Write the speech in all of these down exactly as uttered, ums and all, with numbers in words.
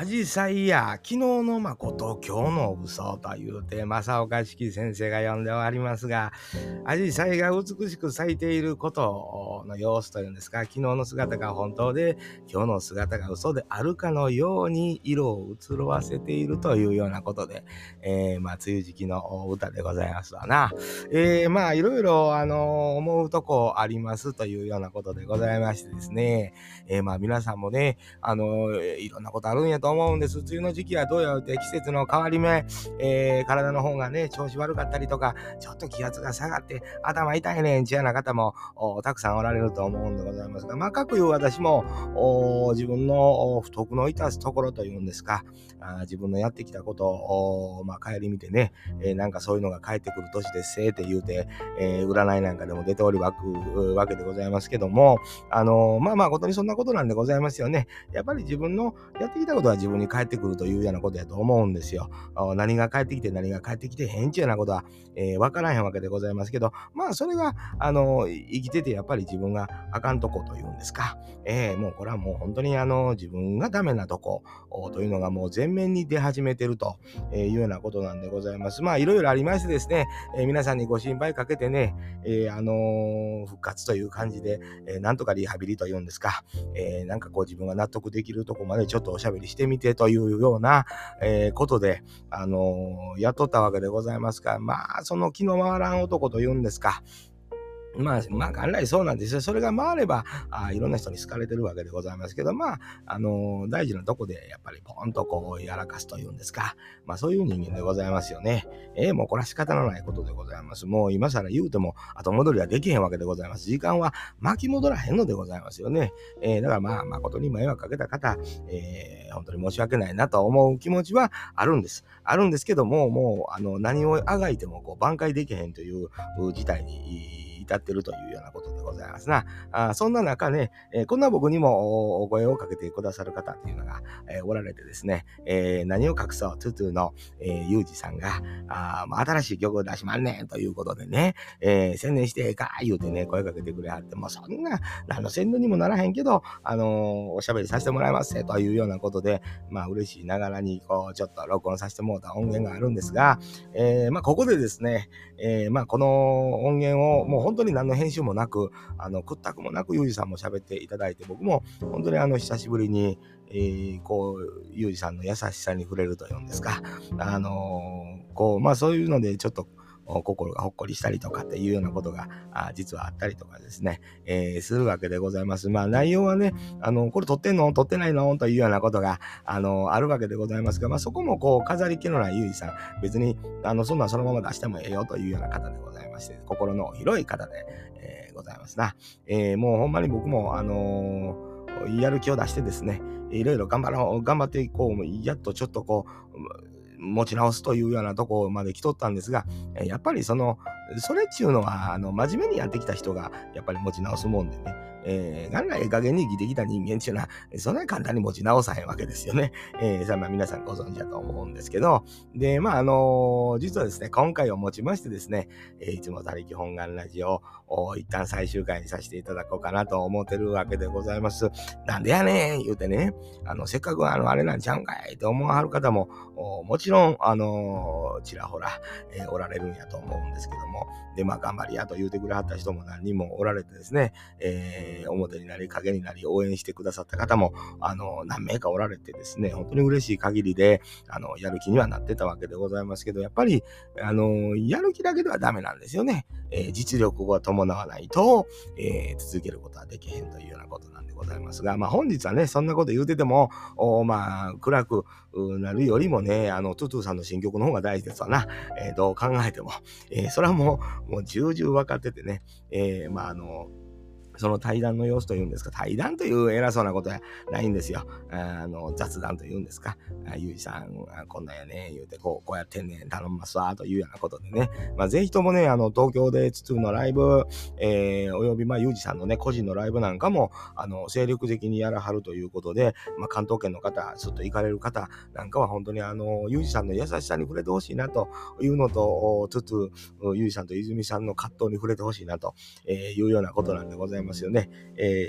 紫陽花や昨日の誠今日の嘘というて正岡子規先生が読んでおりますが、紫陽花が美しく咲いていることの様子というんですか、昨日の姿が本当で今日の姿が嘘であるかのように色を移ろわせているというようなことで、えー、まあ梅雨時期の歌でございますわな。えー、まあいろいろあの思うとこありますというようなことでございましてですね、えー、まあ皆さんもね、あのいろんなことあるんやと思うんです。梅雨の時期はどうやって季節の変わり目、えー、体の方がね調子悪かったりとか、ちょっと気圧が下がって頭痛いねんちやな方もたくさんおられると思うんでございますが、まあかくいう私も自分の不徳の致すところというんですか、あ自分のやってきたことをまあ顧みてね、えー、なんかそういうのが返ってくる年ですせって言うて、えー、占いなんかでも出ておるわけでございますけども、あのー、まあまあことにそんなことなんでございますよね。やっぱり自分のやってきたことは自分に返ってくるというようなことやと思うんですよ。何が返ってきて何が返ってきてへんちゅうようなことは、えー、分からへんわけでございますけど、まあそれがあの生きててやっぱり自分があかんとこというんですか、えー、もうこれはもう本当にあの自分がダメなとこというのがもう前面に出始めてるというようなことなんでございます。まあいろいろありましてですね、えー、皆さんにご心配かけてね、えー、あのー、復活という感じで、えー、なんとかリハビリというんですか、えー、なんかこう自分が納得できるとこまでちょっとおしゃべりしてみてというような、えー、ことで、あのー、やっとったわけでございますが、まあその気の回らん男というんですか、まあ、まあ、元来そうなんですよ。それが回れば、あいろんな人に好かれてるわけでございますけど、まあ、あのー、大事なとこで、やっぱりポンとこう、やらかすというんですか。まあ、そういう人間でございますよね。ええー、もうこれは仕方のないことでございます。もう今更言うても、後戻りはできへんわけでございます。時間は巻き戻らへんのでございますよね。えー、だからまあ、誠に迷惑かけた方、えー、本当に申し訳ないなと思う気持ちはあるんです。あるんですけども、もう、あの、何をあがいても、こう、挽回できへんという事態に、至ってるというようなことでございますな。あそんな中ね、えー、こんな僕にもお声をかけてくださる方っていうのが、えー、おられてですね、えー、何を隠そうトゥトゥの、えー、ユージさんがあ新しい曲を出しまんねんということでね、えー、宣伝してええか言うてね声かけてくれはって、もうそんな何の宣伝にもならへんけど、あのー、おしゃべりさせてもらいますというようなことで、まあ嬉しいながらにこうちょっと録音させてもらった音源があるんですが、えー、まあここでですね、えー、まあこの音源をもう本当に何の編集もなく、あの屈託もなくユージさんも喋っていただいて、僕も本当にあの久しぶりに、えー、こうユージさんの優しさに触れるというんですか、あのー、こうまあそういうのでちょっと心がほっこりしたりとかっていうようなことがあ実はあったりとかですね、えー、するわけでございます。まあ内容はね、あのこれ撮ってんの撮ってないのというようなことがあのあるわけでございますが、まあそこもこう飾り気のないゆうじさん、別にあのそんなんそのまま出してもええよというような方でございまして、心の広い方で、えー、ございますな。えー、もうほんまに僕もあのー、やる気を出してですね、いろいろ頑張ろう頑張っていこう、やっとちょっとこう持ち直すというようなとこまで来とったんですが、やっぱりそのそれっちゅうのはあの真面目にやってきた人がやっぱり持ち直すもんでね、えー、元来ええ加減に生きてきた人間っていうのはそんなに簡単に持ち直さへんわけですよね。えー、さあまあ皆さんご存知だと思うんですけど、でまああのー、実はですね今回をもちましてですね、えー、いつも他力本願ラジオを一旦最終回にさせていただこうかなと思ってるわけでございます。なんでやねん言うてね、あのせっかくあのあれなんちゃうんかいって思わはる方ももちろんあのー、ちらほら、えー、おられるんやと思うんですけども、でまあ頑張りやと言うてくれはった人も何人もおられてですね、えー、表になり影になり応援してくださった方もあの何名かおられてですね、本当に嬉しい限りであのやる気にはなってたわけでございますけど、やっぱりあのやる気だけではダメなんですよね。えー、実力が伴わないと、えー、続けることはできへんというようなことなんでございますが、まあ本日はねそんなこと言うててもまあ暗くなるよりもね、あのトゥトゥさんの新曲の方が大事ですわな。えー、どう考えても、えー、それはもうもう重々分かっててね、えー、まああのその対談の様子というんですか、対談という偉そうなことはないんですよ。あの雑談というんですか、ゆうじさんこんなんやね言うて、こうこうやってんねん頼みますわというようなことでね、まあ、ぜひともねあの東京でつつのライブ、えー、およびまあゆうじさんのね個人のライブなんかもあの精力的にやらはるということで、まあ、関東圏の方ちょっと行かれる方なんかは本当にあのゆうじさんの優しさに触れてほしいなというのと、つつゆうじさんと泉さんの葛藤に触れてほしいなというようなことなんでございますますよね。えー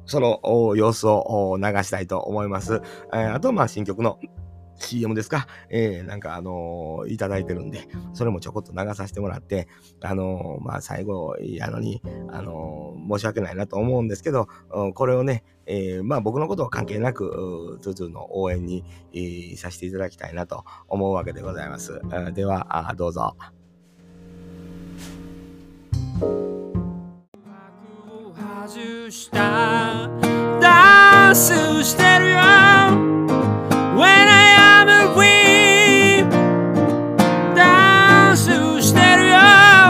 そのお様子をお流したいと思います。えーあとまあ新曲の シーエム ですか、えーなんかあのーいただいてるんで、それもちょこっと流させてもらって、あのーまあ最後やのに、あのー申し訳ないなと思うんですけど、うんこれをね、えーまあ僕のことは関係なく、うートゥトゥの応援に、えーさせていただきたいなと思うわけでございます。あでは、あどうぞ。外したダンスしてるよ When I am free ダンスしてるよ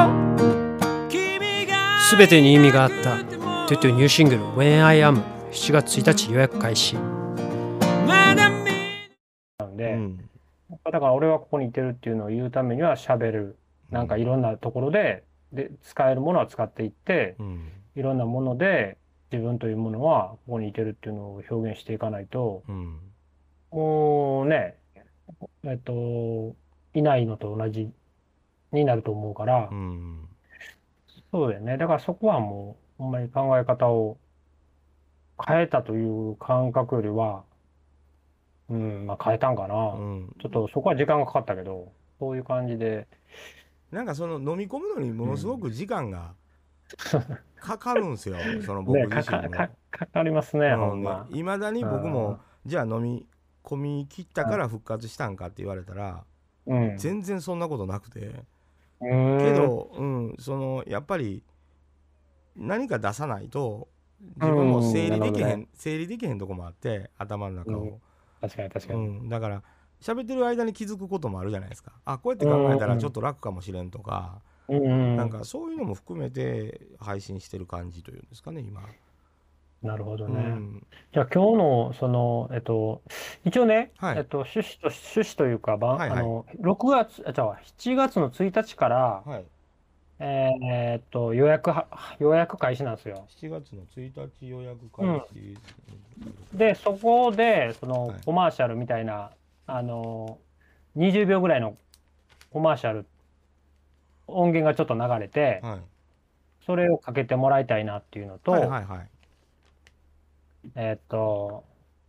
君がすべてに意味があったトゥトゥニューシングル When I Am しちがつついたち予約開始まだ見なんで、 うんだから俺はここにいてるっていうのを言うためには喋る。なんかいろんなところで、で使えるものは使っていって、 うんいろんなもので自分というものはここにいてるっていうのを表現していかないと、 うんもうね、えっと、いないのと同じになると思うからう、んそうだよね。だからそこはもう、ほんまに考え方を変えたという感覚よりは、うん、まあ変えたんかな。 うんちょっとそこは時間がかかったけど、そういう感じで、 なんかその飲み込むのにものすごく時間がかかるんですよ、その僕ね、か自身も。 かかかかりますね、ほんま。 いまだに僕もじゃあ飲み込み切ったから復活したんかって言われたら、 うん。 全然そんなことなくて、 うーんけ、ど、うん、そのやっぱり何か出さないと自分も整理できへん、 うんなるほどね整理できへんとこもあって頭の中を、 確かに確かに。 うん、だから喋ってる間に気づくこともあるじゃないですか。あ、こうやって考えたらちょっと楽かもしれんとか、 うんうん、 なんかそういうのも含めて配信してる感じというんですかね今。 なるほどね。 うんじゃあ今日のその、えっと、一応ね、 はいえっと、趣旨と、趣旨というか、ばはいはいあの、ろくがつ、あ、じゃあしちがつのついたちから、 はいえーっと、予約は、予約開始なんですよ。 しちがつのついたち予約開始、 で、そこで、そのはいコマーシャルみたいな、あの、にじゅうびょうぐらいのコマーシャル、音源がちょっと流れて、 はいそれをかけてもらいたいなっていうのと、 はいはいはいえーっと、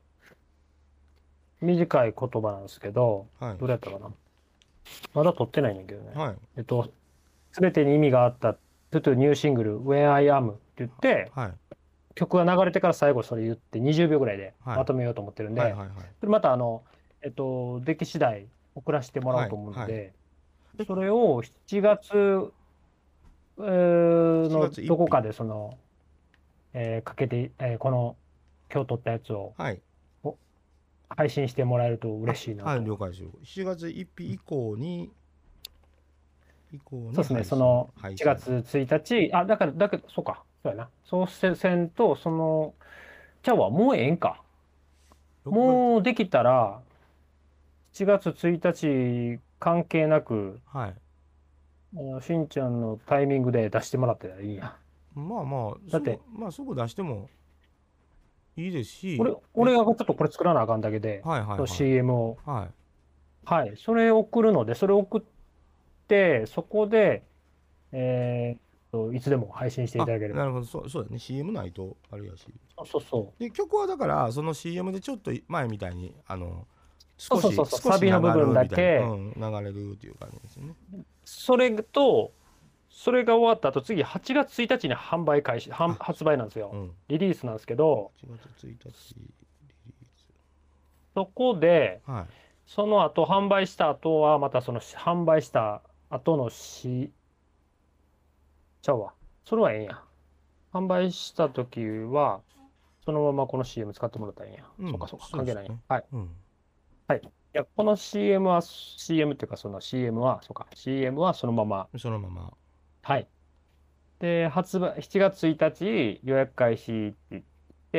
短い言葉なんですけど、 はいどれやったかな。まだ撮ってないんだけどね。 はいえっと、すべてに意味があったトゥトゥニューシングル When I Am って言って、 はい曲が流れてから最後それ言ってにじゅうびょうぐらいではいまとめようと思ってるんで、 はいはいはいそれまたあの、えっと、でき次第送らせてもらおうと思うので、 はいはそれをしちがつ、えーのしちがつついたちどこかでその、えーかけて、えーこの今日撮ったやつをはい配信してもらえると嬉しいなと。 はい了解ですよ。しちがつついたち以降に以降にそうですね、 配信その配信しちがつついたち、あ、だから、だけど、そうか、そうやな。そうせせんと、その、ちゃうわ、もうええんか。 ろくがつもうできたら、しちがつついたち関係なく、 はいあのしんちゃんのタイミングで出してもらったらいいや。 まあまあだってすぐまあすぐ出してもいいですし、 俺、俺がちょっとこれ作らなあかんだけで、 はいはいはいその シーエム を。 はいはい、それ送るので、それ送って、そこで、えーっと、いつでも配信していただければ。 あなるほどそうそうだね シーエム ないとあれやしそうそうそう。 で曲はだからその シーエム でちょっと前みたいにあのそうそうそうそう少しサビの部分だけ流れるみたいなうん、流れるっていう感じですよね。 それと、それが終わった後、次はちがつついたちに販売開始、販あ発売なんですよ。 うん、 リリースなんですけど、 しちがつついたちリリーそこで、 スはいその後、販売した後は、またその販売した後のし、ちゃうわ。それはええんや。販売した時は、そのままこの シーエム 使ってもらったらええんや。 うんそうかそうか、 そうですね関係ないね。はい。 うんいや、この シーエム は、シーエム っていうか、その シーエム は、そうか、シーエム はそのまま、 そのままはい。で、発売、しちがつついたち予約開始って言って、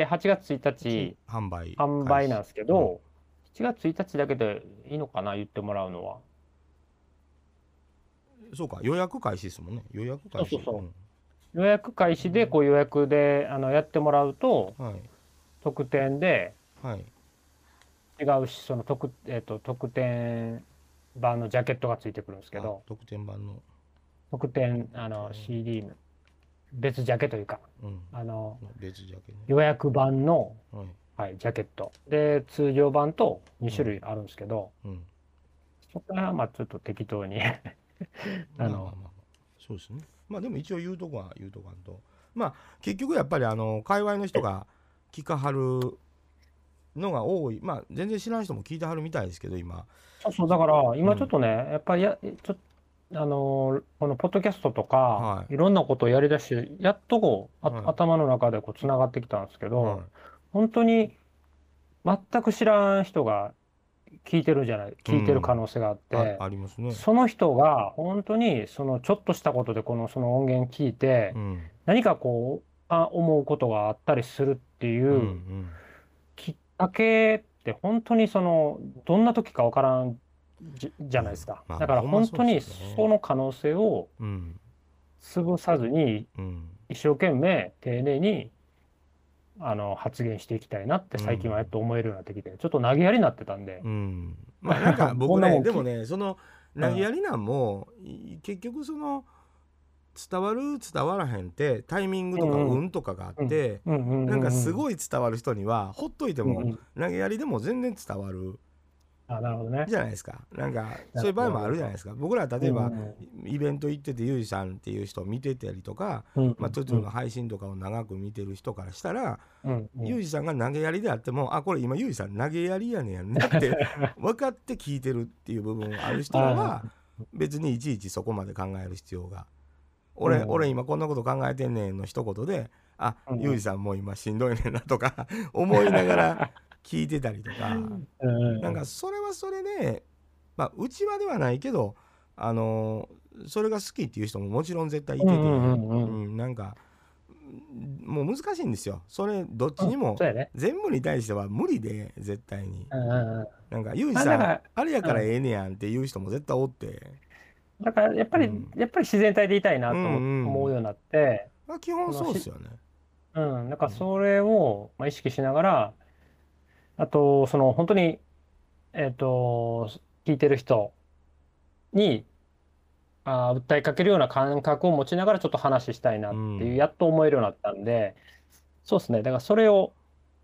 はちがつついたち販売販売なんですけうんど、しちがつついたちだけでいいのかな、言ってもらうのは。 そうか予約開始ですもんね予約開始そうそうそう予約開始で、こう予約であのやってもらうと、 うんはい特典ではい違うし、その特、えっと、特典版のジャケットがついてくるんですけあど、 特典版の特典あの シーディー別ジャケというか、 うんあの別ジャケね。 予約版の、 はい。 はい、ジャケットで通常版とに種類あるんですけど、 うん。 そこら辺はまあちょっと適当にあまあまあの、 まあまあ、そうですね。まあでも一応言うとこは言うとかんと。まあ結局やっぱりあの界隈の人が聞かはるのが多い。まあ全然知らん人も聞いてはるみたいですけど今。 そうそう、だから今ちょっうん。 とね、やっぱりや、ちょっと、あのーこのポッドキャストとか、 はいろんなことをやりだして、やっとこう、あはい頭の中でこう、つながってきたんですけど、 はい。 本当に全く知らん人が聞いてるじゃない、 う聞いてる可ん。 能性があっあ、 て、 ありますね。 その人が本当にそのちょっとしたことでこのその音源聞いて、 うん。 何かこう、あ、思うことがあったりするってうんいうう、 ん。 きっかけって本当にそのどんな時かわからんじ、じゃないですか。 まあだからほんま本当にそうですよね。 その可能性をうん。 潰さずにうん。 一生懸命丁寧にあの発言していきたいなってう最近はやっん。 と思えるようになってきて、ちょっと投げやりになってたんで、 うん。まあなんかこ僕ね、 んなもんき、 でもね、そのうん、 投げやりなんもい結局その伝わる伝わらへんってタイミングとかうんうん運とかがあっうんて、 うんうんなんかうんうんすごい伝わる人にはほっといてもうんうん。 投げやりでも全然伝わるあ、なるほどね。 じゃないですか。なんかなるそういう場合もほどなるほど。 あるじゃないですか。僕ら例えばうんうんイベント行っててユージさんっていう人を見てたりとか、 うんまあ、トゥトうんゥの配信とかを長く見てる人からしたら、 うんうんユージさんが投げやりであっても、あ、これ今ユージさん投げやりやねんやんなって分かって聞いてるっていう部分ある人らあは別にいちいちそこまで考える必要が、 う俺俺ん今こんなこと考えてんねんの一言で、あ、 うんうんユージさんもう今しんどいねんなとか思いながら聞いてたりとか、 うんなんかそれはそれで、まあうちわではないけど、あのーそれが好きっていう人ももちろん絶対いてて、 うんうんうんううんん、なんかもう難しいんですよ。それどっちうんにもそうやね。 全部に対しては無理で絶対に。 うんうんうん。 なんかユージまあ、 さんだからあれやからうん。 ええねやんっていう人も絶対おって、 だからやっぱり、 うん、 やっぱり自然体でいたいなうんと思思ううん。 ようになって、 まあ基本そのし、 そうっすよね。 うん、だからうんそれを、まあ、意識しながら、あと、その本当に、えっと、聞いてる人に、あー、訴えかけるような感覚を持ちながらちょっと話したいなうっていう、 んやっと思えるようになったんで、そうですね。だからそれを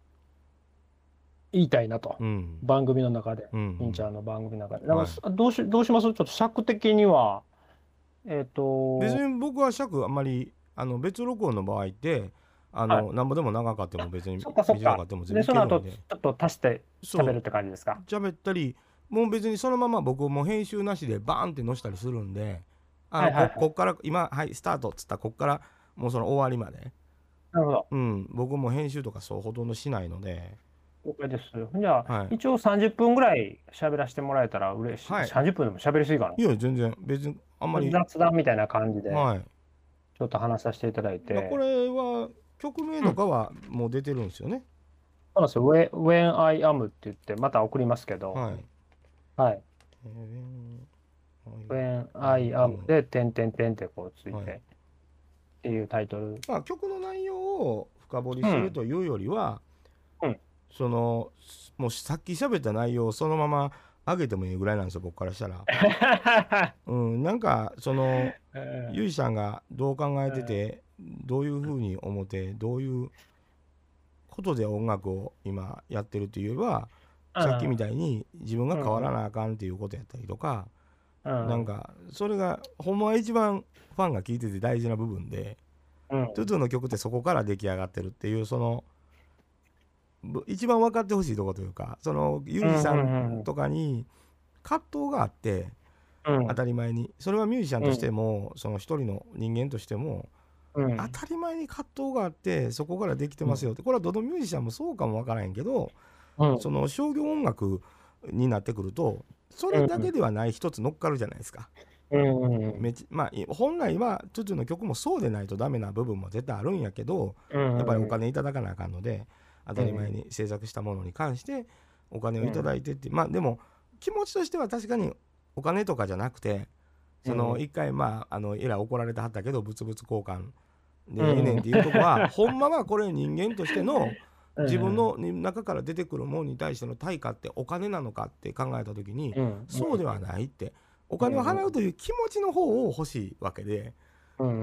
言いたいなと。 うん番組の中で、 うんうんインちゃんの番組の中で。だからはい。 すどうし、どうしますちょっと尺的には、えっ別と、 に僕は尺あんまりあの別録音の場合ってあはい。 のなんぼでも長かっても別にそっかそっか。 短かっても全で、 然いその後、ちけるんで、 ょっと足してそう喋るって感じですか？ 喋ったり、もう別にそのまま僕も編集なしでバーンって載せたりするんで、あのはいはいはい。 ここっから今はいスタートっつったらこっからもうその終わりまで、 なるほど。 うん、僕も編集とかそうほとんどしないので、 了解です。じゃあ、 はい一応さんじゅっぷんぐらい喋らせてもらえたら嬉しい。 はい、 さんじゅっぷんでも喋りすぎかいや全然別にあんまな。 り、 雑談みたいな感じで、 はい、 ちょっと話させていただいまあ、こて。 れは曲名うん。 とかはもう出てるんですよね。 そうなんですよ。When When I am って言って、また送りますけど、 はい。 はい。 えー、 When はい、 I あ am で、点点点ってこうついはい。 てっていうタイトル。 まあ曲の内容を深掘りするうん。 というよりは、 うん。 そのもうさっき喋った内容をそのまま上げてもいいぐらいなんですよ僕からしたら。うん、なんかそのうんゆいさんがどう考えうんててどういうふうに思ってどういうことで音楽を今やってるっていうよりは、 うさっきみんたいに自分がう変わらんなあかんっていうことやったりとか、 うんなんかそれがほんまは一番ファンが聴いてて大事な部分で、 うんトゥトゥの曲ってそこから出来上がってるっていう、そのぶ一番分かってほしいところというか、そのユうんージさうんんとかに葛藤があって、 うん当たり前にそれはミュージシャンとしてうんもその一人の人間としてもうん当たり前に葛藤があって、そこからできてますよって、これはどのミュージシャンもそうかも分からへんけど、 うんその商業音楽になってくるとそれだけではない一つ乗っかるじゃないですか。 うんうんめちまあい本来はトゥトゥの曲もそうでないとダメな部分も絶対あるんやけど、 うんやっぱりお金いただかなあかんので、当たり前に制作したものに関してお金をいただいてって、まあでも気持ちとしては確かにお金とかじゃなくて、その一回まああのえらい怒られてはったけど物々交換でええねんっていうとこは、ほんまはこれ人間としての自分の中から出てくるものに対しての対価ってお金なのかって考えた時に、 うんそうではないって、お金を払うという気持ちの方を欲しいわけで、 うん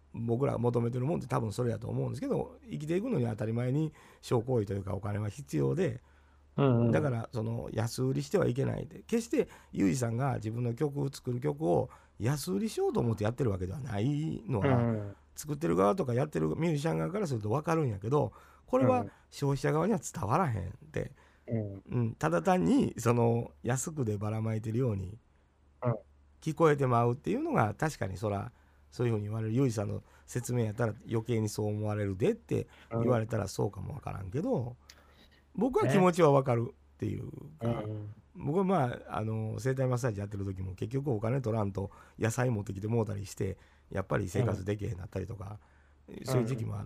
僕らが求めてるもんって多分それだと思うんですけど、生きていくのに当たり前に商行為というかお金は必要で、 うんうん、 だからその安売りしてはいけないで、決してユージさんが自分の曲を作る曲を安売りしようと思ってやってるわけではないのは、 うん、 作ってる側とかやってるミュージシャン側からすると分かるんやけど、これは消費者側には伝わらへんって、 うんうん、ただ単にその安くでばらまいてるようにうん聞こえてまうっていうのが、確かにそらそういうふうに言われる、ユージさんの説明やったら余計にそう思われるでって言われたらそうかも分からんけど、僕は気持ちは分かるっていうか、 うん、 僕はまああの整体マッサージやってる時も結局お金取らんと野菜持ってきてもうたりして、やっぱり生活できへんなったりとか、そういう時期もあって、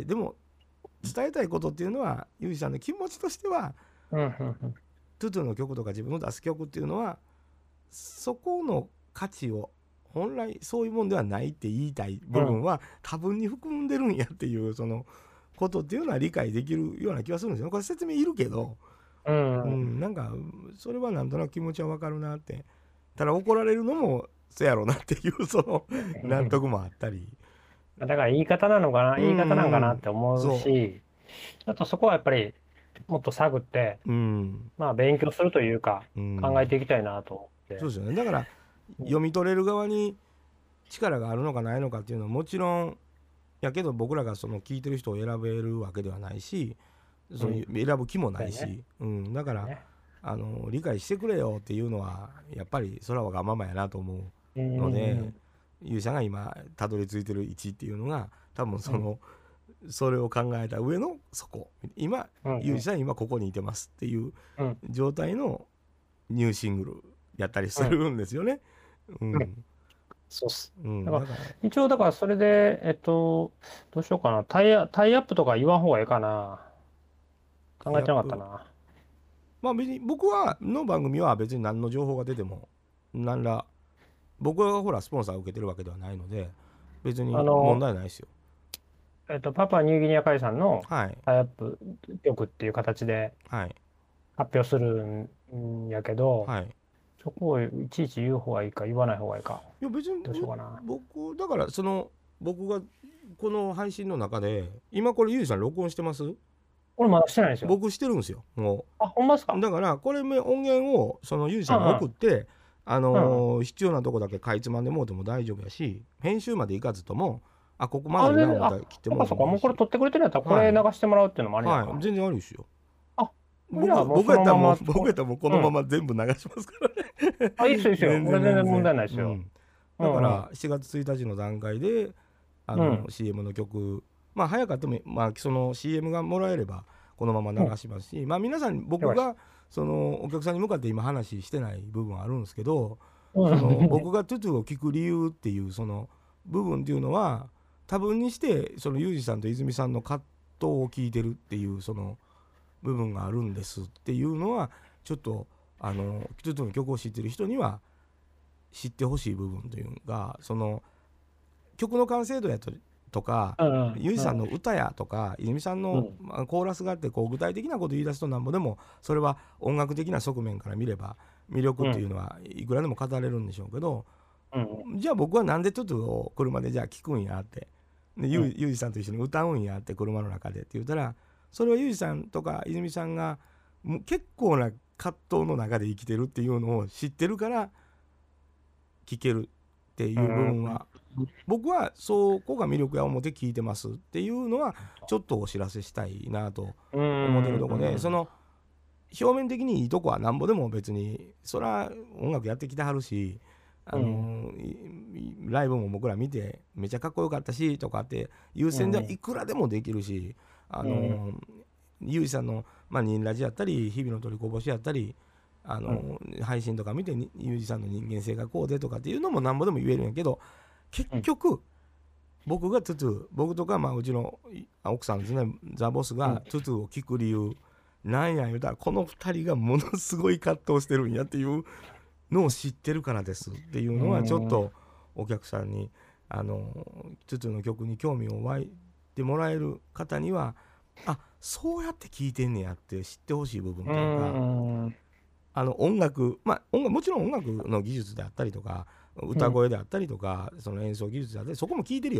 でも伝えたいことっていうのは、ユージさんの気持ちとしては、 うんうんトゥトゥの曲とか自分の出す曲っていうのはそこの価値を本来そういうもんではないって言いたい部分は多分に含んでるんやっていうそのことっていうのは理解できるような気がするんですよ。これ説明いるけど、 うんうん、 うん、なんかそれはなんとなく気持ちはわかるなって、ただ怒られるのもそやろうなっていうその納得もあったり、 だから言い方なのかな、言い方なんかなって思うそうし、あとそこはやっぱりもっと探って、 うんまあ勉強するというかうん考えていきたいなと思って。 そうですよね。だから読み取れる側に力があるのかないのかっていうのはもちろんやけど、僕らがその聞いてる人を選べるわけではないし、そういう選ぶ気もないし、 そうねうん、だから、 ね、 あの理解してくれよっていうのはやっぱりそれはわがままやなと思ううんので、 うんゆうさんが今たどり着いてる位置っていうのが多分その、それを考えた上のそこ、今、 うんうんゆうさん今ここにいてますっていううん状態のニューシングルやったりするんですよね。うんうんそうっす。 うん、 だかだからら一応だからそれで、えっと、どうしようかな。タイア、タイアップとか言わん方がいいかな。考えてなかったな。 まあ別に僕はの番組は別に何の情報が出ても何ら、僕はほらスポンサーを受けてるわけではないので別にあの問題ないですよ。 えっと、パパニューギニア海産のはいタイアップ曲っていう形ではい発表するんやけど、 はい。 そこをいちいち言う方がいいか言わない方がいいか。 いや別にどうしようかな。 僕だからその僕がこの配信の中で今これゆうじさん録音してます？ 俺まだしてないんですよ。 僕してるんですよもあ、ほんまですか？ う。だからこれめ音源をそのゆうじさんに送ってあのー必要なとこだけかいつまんでもうても大丈夫やし、編集までいかずともあここまあ、 でな全然、あ、 思ったら切ってそっかそっか。 もうてもいいし、 もうこれ撮ってくれてるんやったらこれ流してもらうっていうのもありなのかはい全然ありですよ。 あ、 僕じゃあもう僕やったらもうそのまま僕やったらもうこのまま全部流しますからね。 あ、いいっすよ、いいっすよ。これ全然問題ないですよ。 うんだからしがつついたちの段階であの、 うんシーエム の曲、まあ早かったも、まあ、その シーエム がもらえればこのまま流しますし、まあ皆さん僕がそのお客さんに向かって今話してない部分はあるんですけど、 うんその僕がトゥトゥを聞く理由っていうその部分っていうのは多分にしてそのユージさんと泉さんの葛藤を聞いてるっていうその部分があるんですっていうのはちょっとあのトゥトゥの曲を知ってる人には知ってほしい部分というか、その曲の完成度やととか、 うんユージさんの歌やとか泉さんの、 うんまあコーラスがあってこう具体的なことを言い出すとなんぼでもそれは音楽的な側面から見れば魅力っていうのはいくらでも語れるんでしょうけど、 うんじゃあ僕はなんでトゥトゥを車でじゃあ聴くんやってでユうんーユージさんと一緒に歌うんやって車の中でって言ったら、それはユージさんとか泉さんがもう結構な葛藤の中で生きてるっていうのを知ってるから聴けるっていう部分は、僕はそこが魅力や思って聞いてますっていうのはちょっとお知らせしたいなと思ってるとこで、その表面的にいいとこはなんぼでも別にそら音楽やってきてはるし、あのいライブも僕ら見てめちゃかっこよかったしとかって優先ではいくらでもできるし、あのユージさんのまあニンラジやったり日々の取りこぼしやったりあの配信とか見てユージさんの人間性がこうでとかっていうのもなんぼでも言えるんやけど、結局僕がトゥトゥ僕とかまあうちの奥さんですねザ・ボスがトゥトゥを聞く理由なんや言うたらこのふたりがものすごい葛藤してるんやっていうのを知ってるからですっていうのはちょっとお客さんにあのトゥトゥの曲に興味を湧いてもらえる方にはあそうやって聴いてんねやって知ってほしい部分というか、 うんあの音楽まあ音楽もちろん音楽の技術であったりとか歌声であったりとか、その演奏技術であったりそこも聞いてるよ。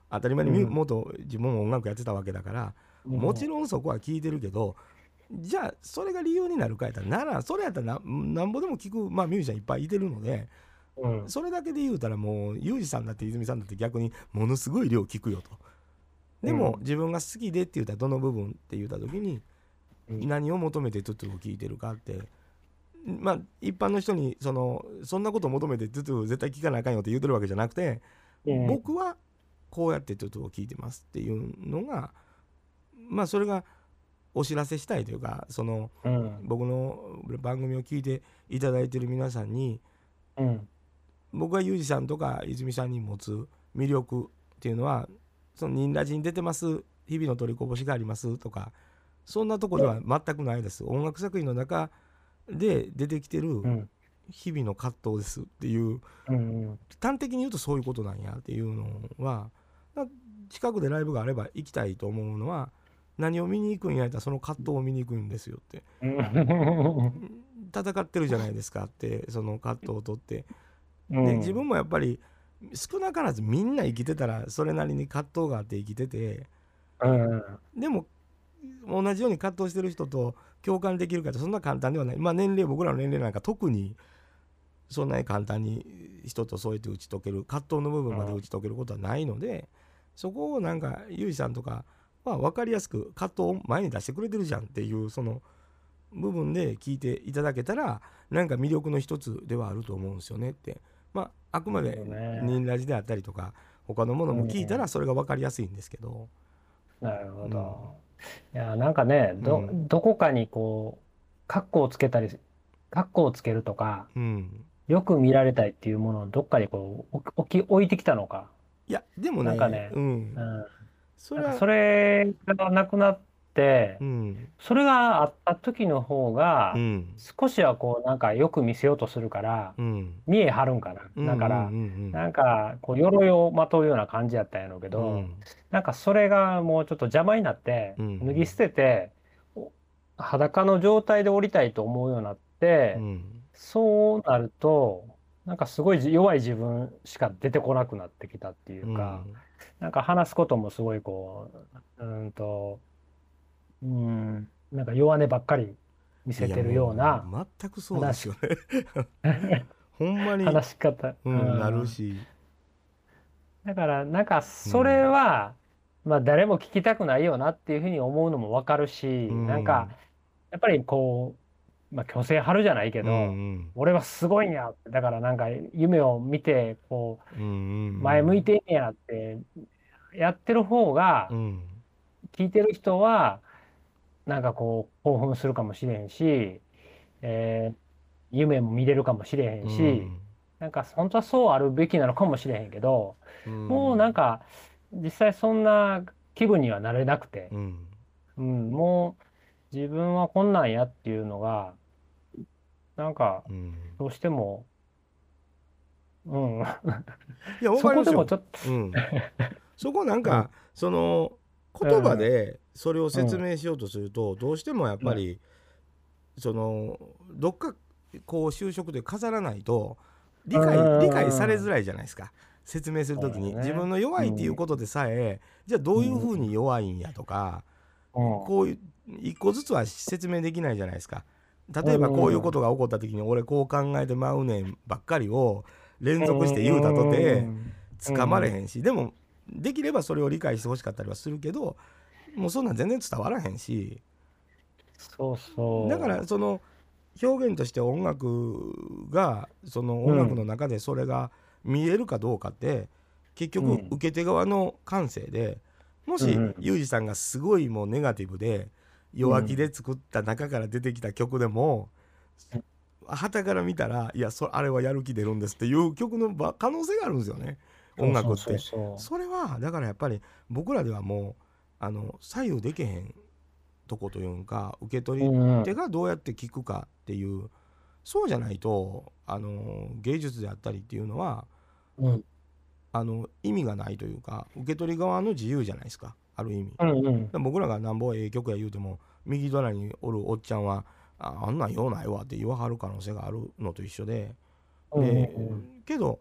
当たり前にミュうん元自分も音楽やってたわけだから、 うんもちろんそこは聞いてるけど、じゃあそれが理由になるかやったらならそれやったらななんぼでも聞く、まあ、ミュージシャンいっぱいいてるので、 うんそれだけで言うたらもうユージさんだって泉さんだって逆にものすごい量聞くよと。でも、 うん自分が好きでって言ったらどの部分って言った時にうん何を求めてトゥトゥを聞いてるかって、まあ一般の人にそのそんなことを求めてトゥトゥ絶対聞かなあかんよって言ってるわけじゃなくて、 うん僕はこうやってトゥトゥを聞いてますっていうのが、まあそれがお知らせしたいというか、そのうん僕の番組を聞いていただいてる皆さんに、 うん僕がユージさんとか泉さんに持つ魅力っていうのは、そのニンラジに出てます日々の取りこぼしがありますとかそんなとこでは全くないです。音楽作品の中で出てきてるうん日々の葛藤ですっていう、 うん端的に言うとそういうことなんやっていうのは、近くでライブがあれば行きたいと思うのは、何を見に行くんやったらその葛藤を見に行くんですよって、 うん戦ってるじゃないですかって、その葛藤を取ってうんで自分もやっぱり少なからずみんな生きてたらそれなりに葛藤があって生きてて、 うんでも同じように葛藤してる人と共感できるかってそんな簡単ではない。まあ年齢僕らの年齢なんか特にそんなに簡単に人とそうやって打ち解ける葛藤の部分まで打ち解けることはないので、そこをなんかゆいさんとかは分かりやすく葛藤を前に出してくれてるじゃんっていうその部分で聞いていただけたら、なんか魅力の一つではあると思うんですよねって。まああくまでそうねニンラジであったりとか他のものも聞いたらそれが分かりやすいんですけど、 なるほど。いや、なんかね、ど、 うんどこかにこう、カッコをつけたり、カッコをつけるとか、 うんよく見られたいっていうものをどっかにこう、置き、置いてきたのか。 いやでもねなんかね、 うんうん。 それはなんかそれがなくなってう、んそれがあった時の方うが、 ん少しはこう、なんかよく見せようとするから、 うん見え張るんかうんな。だから、 うんなんか、こう、鎧をまとうような感じやったんやろうけうど、 んなんかそれがもうちょっと邪魔になって、 うん脱ぎ捨てて、お裸の状態で降りたいと思うようになっうて、 んそうなると、なんかすごい弱い自分しか出てこなくなってきたっていうか、なんか話すこともすごいこう、うーんと、うーん、なんか弱音ばっかり見せてるようないやもう全くそうですよねほんまに、 話し方。 う、 うんんなるし、 だから、なんか、それは、まあ、誰も聞きたくないよなっていうふうに思うのもわかるし、 うんなんか、やっぱりこう、まあ、虚勢張るじゃないけど、 うんうん俺はすごいんやって。だから、なんか、夢を見て、こうんうんう、前向いてんやって、やってる方がう、ん聞いてる人は、なんかこう、興奮するかもしれへんし、えー夢も見れるかもしれへんし、なんか、本当はそうあるべきなのかもしれへんけど、 うんもうなんか、実際そんな気分にはなれなくてう、んうん、もう自分はこんなんやっていうのが、なんか、 うんどうしても、うん、 いや分そこかりますよでもちょっと、 うん、そこなんか、 うんその言葉でそれを説明しようとすると、どうしてもやっぱり、そのどっかこう就職で飾らないと理解うん理解されづらいじゃないですか。説明するときに、 そうだね自分の弱いっていうことでさえ、じゃあどういうふうに弱いんやとか、 うんこういう一個ずつは説明できないじゃないですか。例えばこういうことが起こった時に俺こう考えてまうねんばっかりを連続して言うたとてつかまれへんし、でもできればそれを理解してほしかったりはするけど、もうそんなん全然伝わらへんし、 そうそう。 だからその表現として音楽がその音楽の中でそれが見えるかどうかって結局うん受け手側の感性で、もしうんうんユージさんがすごいもうネガティブで弱気で作った中から出てきた曲でも傍から見たら、いやそあれはやる気出るんですっていう曲のば可能性があるんですよね、音楽って。 そうそうそうそれはだからやっぱり僕らではもうあの左右できへんとこというんか、受け取りうん手がどうやって聞くかっていう、そうじゃないとあの芸術であったりっていうのはうんあの意味がないというか、受け取り側の自由じゃないですか、ある意味。 うんうんで僕らがなんぼええ曲や言うても右隣におるおっちゃんはああんなんようないわって言わはる可能性があるのと一緒で、 うんでうんけど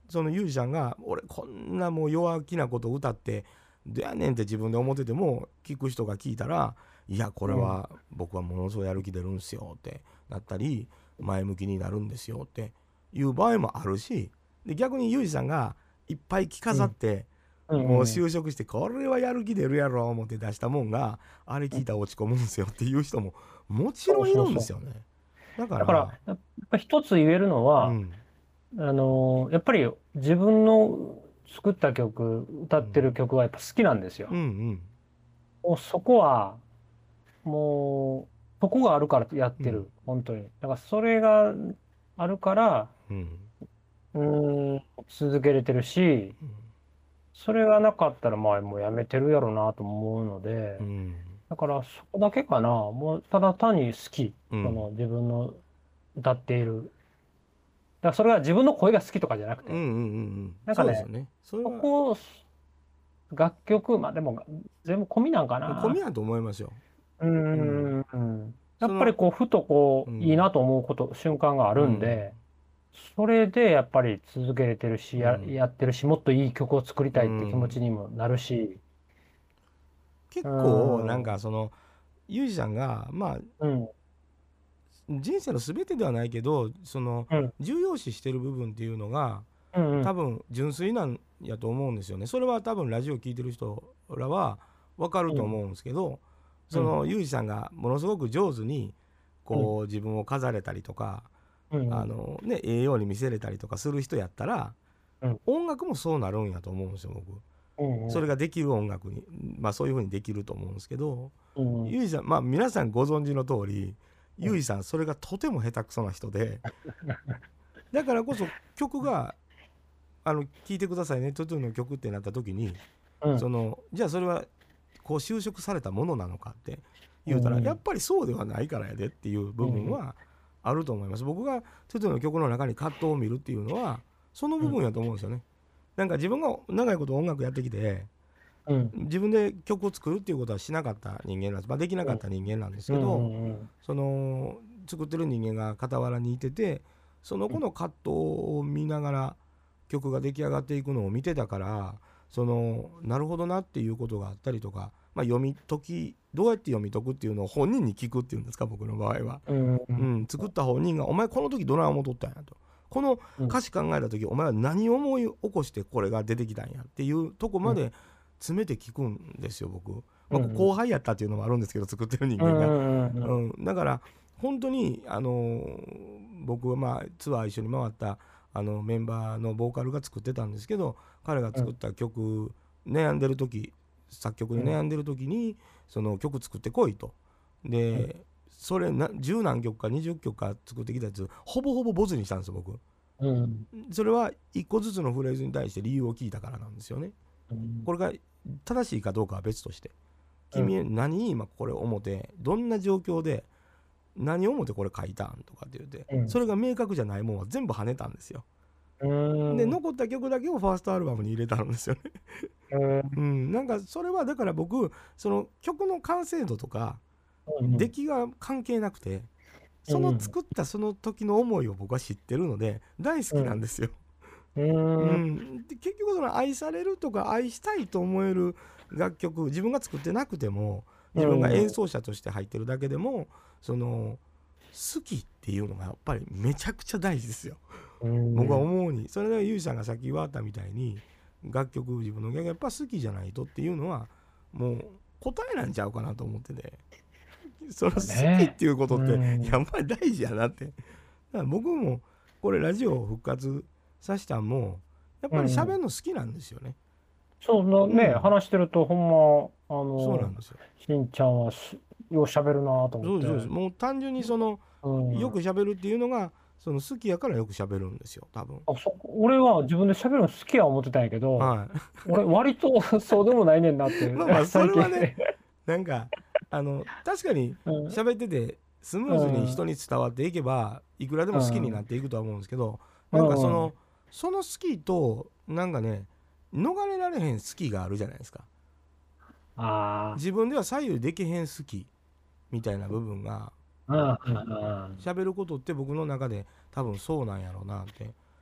そのユージさんが俺こんなもう弱気なことを歌ってどやねんって自分で思ってても聞く人が聞いたらいやこれは僕はものすごいやる気出るんですよってなったり前向きになるんですよっていう場合もあるしで逆にユージさんがいっぱい着飾って、 うんもう就職してこれはやる気出るやろ思って出したもんがあれ聞いたら落ち込むんですよっていう人ももちろんいるんですよね。だからだからやっぱ一つ言えるのは、 うんあのやっぱり自分の作った曲歌ってる曲はやっぱ好きなんですよ。 うんうんもうそこはもうそこがあるからやってる、 うん本当に。だからそれがあるからうんうーん続けれてるし、 うんそれがなかったらまあもうやめてるやろうなと思うので、 うんだからそこだけかな。もうただ単に好き、 うんその自分の歌っている。だからそれが自分の声が好きとかじゃなくて、 うんうんうんうんなんかねそうですよね。それはそこを楽曲、まあでも全部込みなんかな。 込みやと思いますよ。 うーん、うんやそのっぱりこうふとこう、 うんいいなと思うこと瞬間があるんで、それでやっぱり続けれてるし、や、 うんやってるし、もっといい曲を作りたいって気持ちにもなるし、 結う構んなんかそのユージさんがまあうん、 人生の全てではないけどそのうん、 重要視してる部分っていうのがうん、うん多分純粋なんやと思うんですよね。それは多分ラジオ聞いてる人らは分かると思うんですけど、そのユージさんがものすごく上手にこう自分を飾れたりとか、 うん、 あのねええように見せれたりとかする人やったら、 うん音楽もそうなるんやと思うんですよ僕。 うん、うんそれができる音楽にまあそういう風にできると思うんですけど、 うん、 ユージさんまあ皆さんご存知の通りユージさんそれがとても下手くそな人でだからこそ曲があの聴いてくださいねトゥトゥの曲ってなった時に、 うんそのじゃあそれはこう就職されたものなのかって言うたら、 うんやっぱりそうではないからやでっていう部分はあると思います。僕がトゥトゥの曲の中に葛藤を見るっていうのはその部分やと思うんですよね。なんか自分が長いこと音楽やってきてうん、 自分で曲を作るっていうことはしなかった人間なんです、まあ、できなかった人間なんですけど、 うんうんその作ってる人間が傍らにいててその子の葛藤を見ながら曲が出来上がっていくのを見てたからそのなるほどなっていうことがあったりとか、まあ、読み解きどうやって読み解くっていうのを本人に聞くっていうんですか僕の場合は、 うんううんん、作った本人が「お前この時どない思っとったんや」と。この歌詞考えた時お前は何を思い起こしてこれが出てきたんやっていうとこまで詰めて聞くんですよ僕、まあ、後輩やったっていうのもあるんですけど作ってる人間が、 うんうんうん、だから本当にあのー僕はまあツアー一緒に回ったあのメンバーのボーカルが作ってたんですけど彼が作った曲、悩んでる時作曲に悩んでる時にその曲作ってこいとで、それな十何曲かにじゅっきょくか作ってきたやつほぼほぼボツにしたんですよ僕。 うんそれはいっこずつのフレーズに対して理由を聞いたからなんですよね。 うんこれが正しいかどうかは別として君何今これ思ってどんな状況で何を思ってこれ書いたんとかって言って、 うんそれが明確じゃないもんは全部跳ねたんですよ。 うんで残った曲だけをファーストアルバムに入れたんですよね。うん、なんかそれはだから僕その曲の完成度とかうん出来が関係なくてその作ったその時の思いを僕は知ってるので大好きなんですよ。 ううんん、で結局その愛されるとか愛したいと思える楽曲自分が作ってなくても自分が演奏者として入ってるだけでもその好きっていうのがやっぱりめちゃくちゃ大事ですよ。 うん僕は思うにそれでユージさんがさっき言われたみたいに楽曲自分の楽曲やっぱ好きじゃないとっていうのはもう答えなんちゃうかなと思っててその好きっていうことってねやっぱり大事やなってだから僕もこれラジオを復活させたんもやっぱり喋るの好きなんですよね。 そうだね、 うん話してるとほんまあのそうなんですよ。 しんちゃんはすよう喋るなとそ思って。 うですそうです。もう単純にそのうんよく喋るっていうのがその好きやからよく喋るんですよ多分。 あそ俺は自分で喋るの好きや思ってたんやけど、 はい。 俺割とそうでもないねんなってまあまあそれはね最なんかあの確かに近うん喋っててスムーズに人に伝わっていけばいくらでも好きになっていくとは思うんですけど、 うんなんかそのその好きとなんかね逃れられへん好きがあるじゃないですか。 あ自分では左右できへん好きみたいな部分があうんうん喋ることって僕の中で多分そうなんやろうなって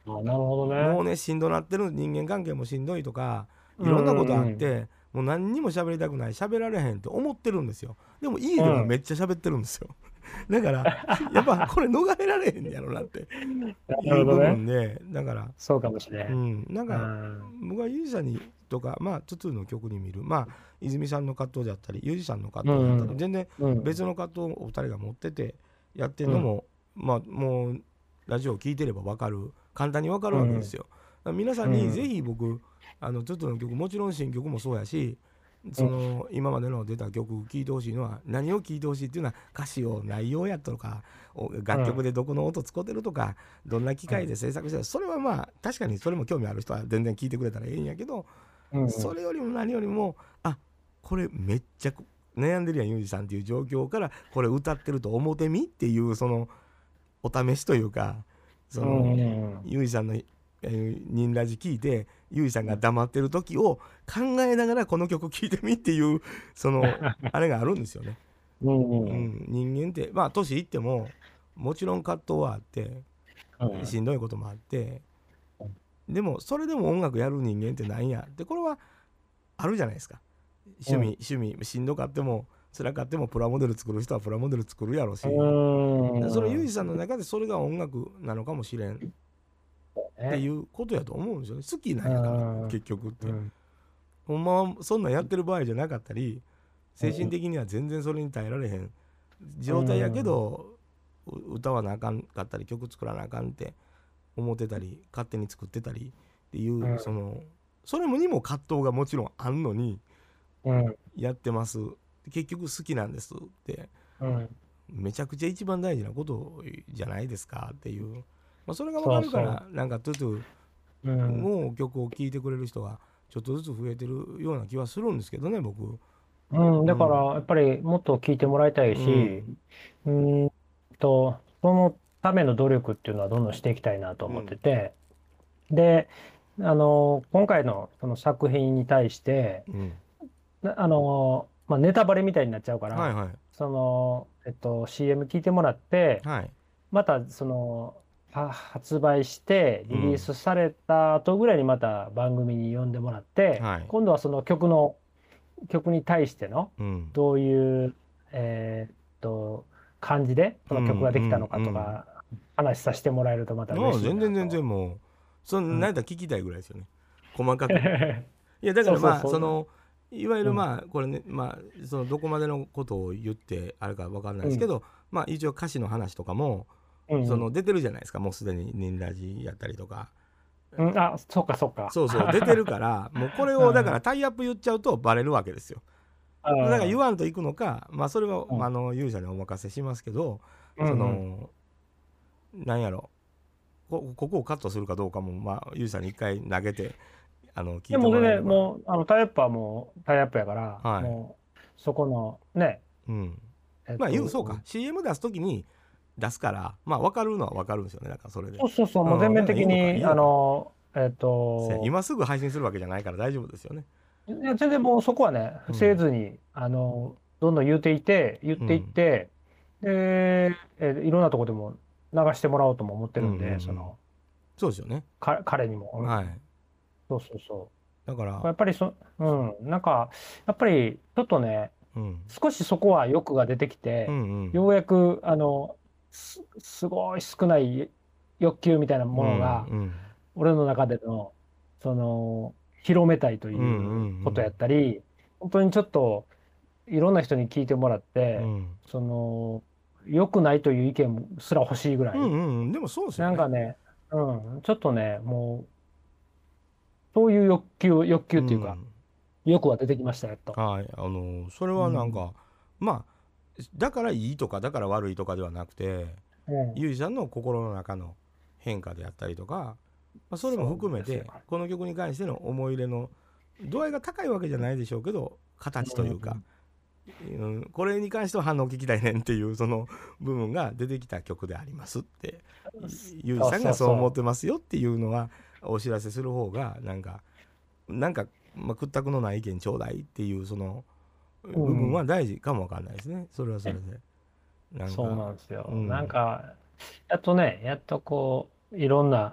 あ、なるほどね。 もうねしんどなってる、人間関係もしんどいとかいうんろんなことあっうんて、もう何にも喋りたくない、喋られへんって思ってるんですよ。でも家ではうん。 めっちゃ喋ってるんですよ。だからやっぱこれ逃れられへんやろなってないう部るほどね。 分で、だからそうかもしれうん。 ん、なんうかん。 僕はユージさんにとか、まあトゥトゥの曲に見る、まあ泉さんの葛藤であったりユージさんのう葛藤であったり、 ん。 全然うん。 別の葛藤をお二人が持っててやってるうん。 のも、まあもうラジオを聞いてれば分かる、簡単に分かるうん。 わけですよ。だから皆さうんにぜん。 ひ僕あのトゥトゥの曲、もちろん新曲もそうやし、その今までの出た曲聴いてほしいのは、何を聴いてほしいっていうのは歌詞を内容やったとか、おう楽曲ん。 でどこの音使ってるとか、どんな機械で制作してる、それはまあ確かにそれも興味ある人は全然聞いてくれたらええんやけど、 うん。 それよりも何よりも、あ、これめっちゃ悩んでるやんユージさんっていう状況からこれ歌ってると思ってみっていう、そのお試しというか、そうん。うのん。 ユージさんのえーニンラジ聞いてユージさんが黙ってる時を考えながらこの曲聴いてみっていう、そのあれがあるんですよね。 ううん。 ん、人間ってまあ年いってももちろん葛藤はあってうん。 しんどいこともあって、でもそれでも音楽やる人間ってなんやって、これはあるじゃないですか。趣うん。 味趣味しんどかっても辛かってもプラモデル作る人はプラモデル作るやろうし、そのユージさんの中でそれが音楽なのかもしれんっていうことやと思うんですよね。好きなんやから結局って、ほんまはそんなんやってる場合じゃなかったり、精神的には全然それに耐えられへん状態やけど、歌わなあかんかったり曲作らなあかんって思ってたり勝手に作ってたりっていう、そのそれもにも葛藤がもちろんあんのにやってます、結局好きなんですって、めちゃくちゃ一番大事なことじゃないですかっていう、まあ、それが分かるから、なんかトゥトゥの曲を聴いてくれる人がちょっとずつ増えてるような気はするんですけどね、僕。 うん、だからやっぱりもっと聞いてもらいたいし、うーんと、そのための努力っていうのはどんどんしていきたいなと思ってて、で、あの、今回のその作品に対して、 うんなあの、まあ、ネタバレみたいになっちゃうから、 はいはいその、えっと、シーエム 聞いてもらって、 はいまたその、は発売してリリースされた後ぐらいにまた番組に呼んでもらって、 はい今度はその曲の、曲に対してのうんどういう、えーっと感じでその曲ができたのかとか話させてもらえるとまた嬉しいなと。 全然全然もうそんうんなんだ聞きたいぐらいですよね、細かく。いやだからまあそうそうそうそのいわゆるまあこれね、まあそのどこまでのことを言ってあるか分かんないですけど、まあ一応歌詞の話とかもうんその出てるじゃないですか、もうすでにニンラジやったりとか。 うん、あ、そうかそうか。 そうそう出てるからもうこれをだからタイアップ言っちゃうとバレるわけですよ。だから言わんといくのか、まあそれは、 うんあの勇者にお任せしますけど、 うんそのなんやろこここをカットするかどうかもまあ勇者に一回投げてあの聞いてでも全もらえれば。 然もうあのタイアップはもうタイアップやから、 はいもうそこのね、 うんえっとまあ言うそうか シーエム 出すときに出すからまあ分かるのは分かるんですよね、だからそれで。 そうそうそう、もう全面的うんだからいいのかいいのかにあのえっそうやと今すぐ配信するわけじゃないから大丈夫ですよね。 いや全然もうそこはねうんせずに、あのどんどん言っていって言っていって、でえいろんなとこでも流してもらおうとも思ってるんで、 うんうんうんそのそうですよね。 か彼にも、 はいそうそうそだからうやっぱりそうんなんかやっぱりちょっとねうん少しそこは欲が出てきて、 うんうんようやくあのす、すごい少ない欲求みたいなものが、 うんうん俺の中でのその広めたいというんうんうんうことやったり、本当にちょっといろんな人に聞いてもらって、 うんその良くないという意見すら欲しいぐらい、 うんうんうんでもそうですよね。 なんかね、うん、ちょっとねもうそういう欲求欲求っていうか、 ん欲は出てきましたよと。 はいあのそれはなんか、まあだからいいとかだから悪いとかではなくて、 うんゆいさんの心の中の変化であったりとか、まあ、それも含めてそうですよこの曲に関しての思い入れの度合いが高いわけじゃないでしょうけど、形というか、うんこれに関しては反応聞きたいねんっていうその部分が出てきた曲でありますってゆいさんがそう思ってますよっていうのはお知らせする方がなんかなんか、まあ、屈託のない意見ちょうだいっていうその部分は大事かもわかんないですね、それはそれで。なんかそうなんですよ、 うんなんかやっとねやっとこういろんな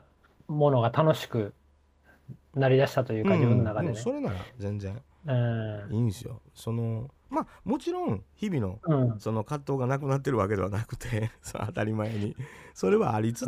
ものが楽しくなりだしたというか、自分の中でね。 それなら全然いいんですよ。そのまあもちろん日々の、うん、その葛藤がなくなってるわけではなくて当たり前にそれはありつつ、うん、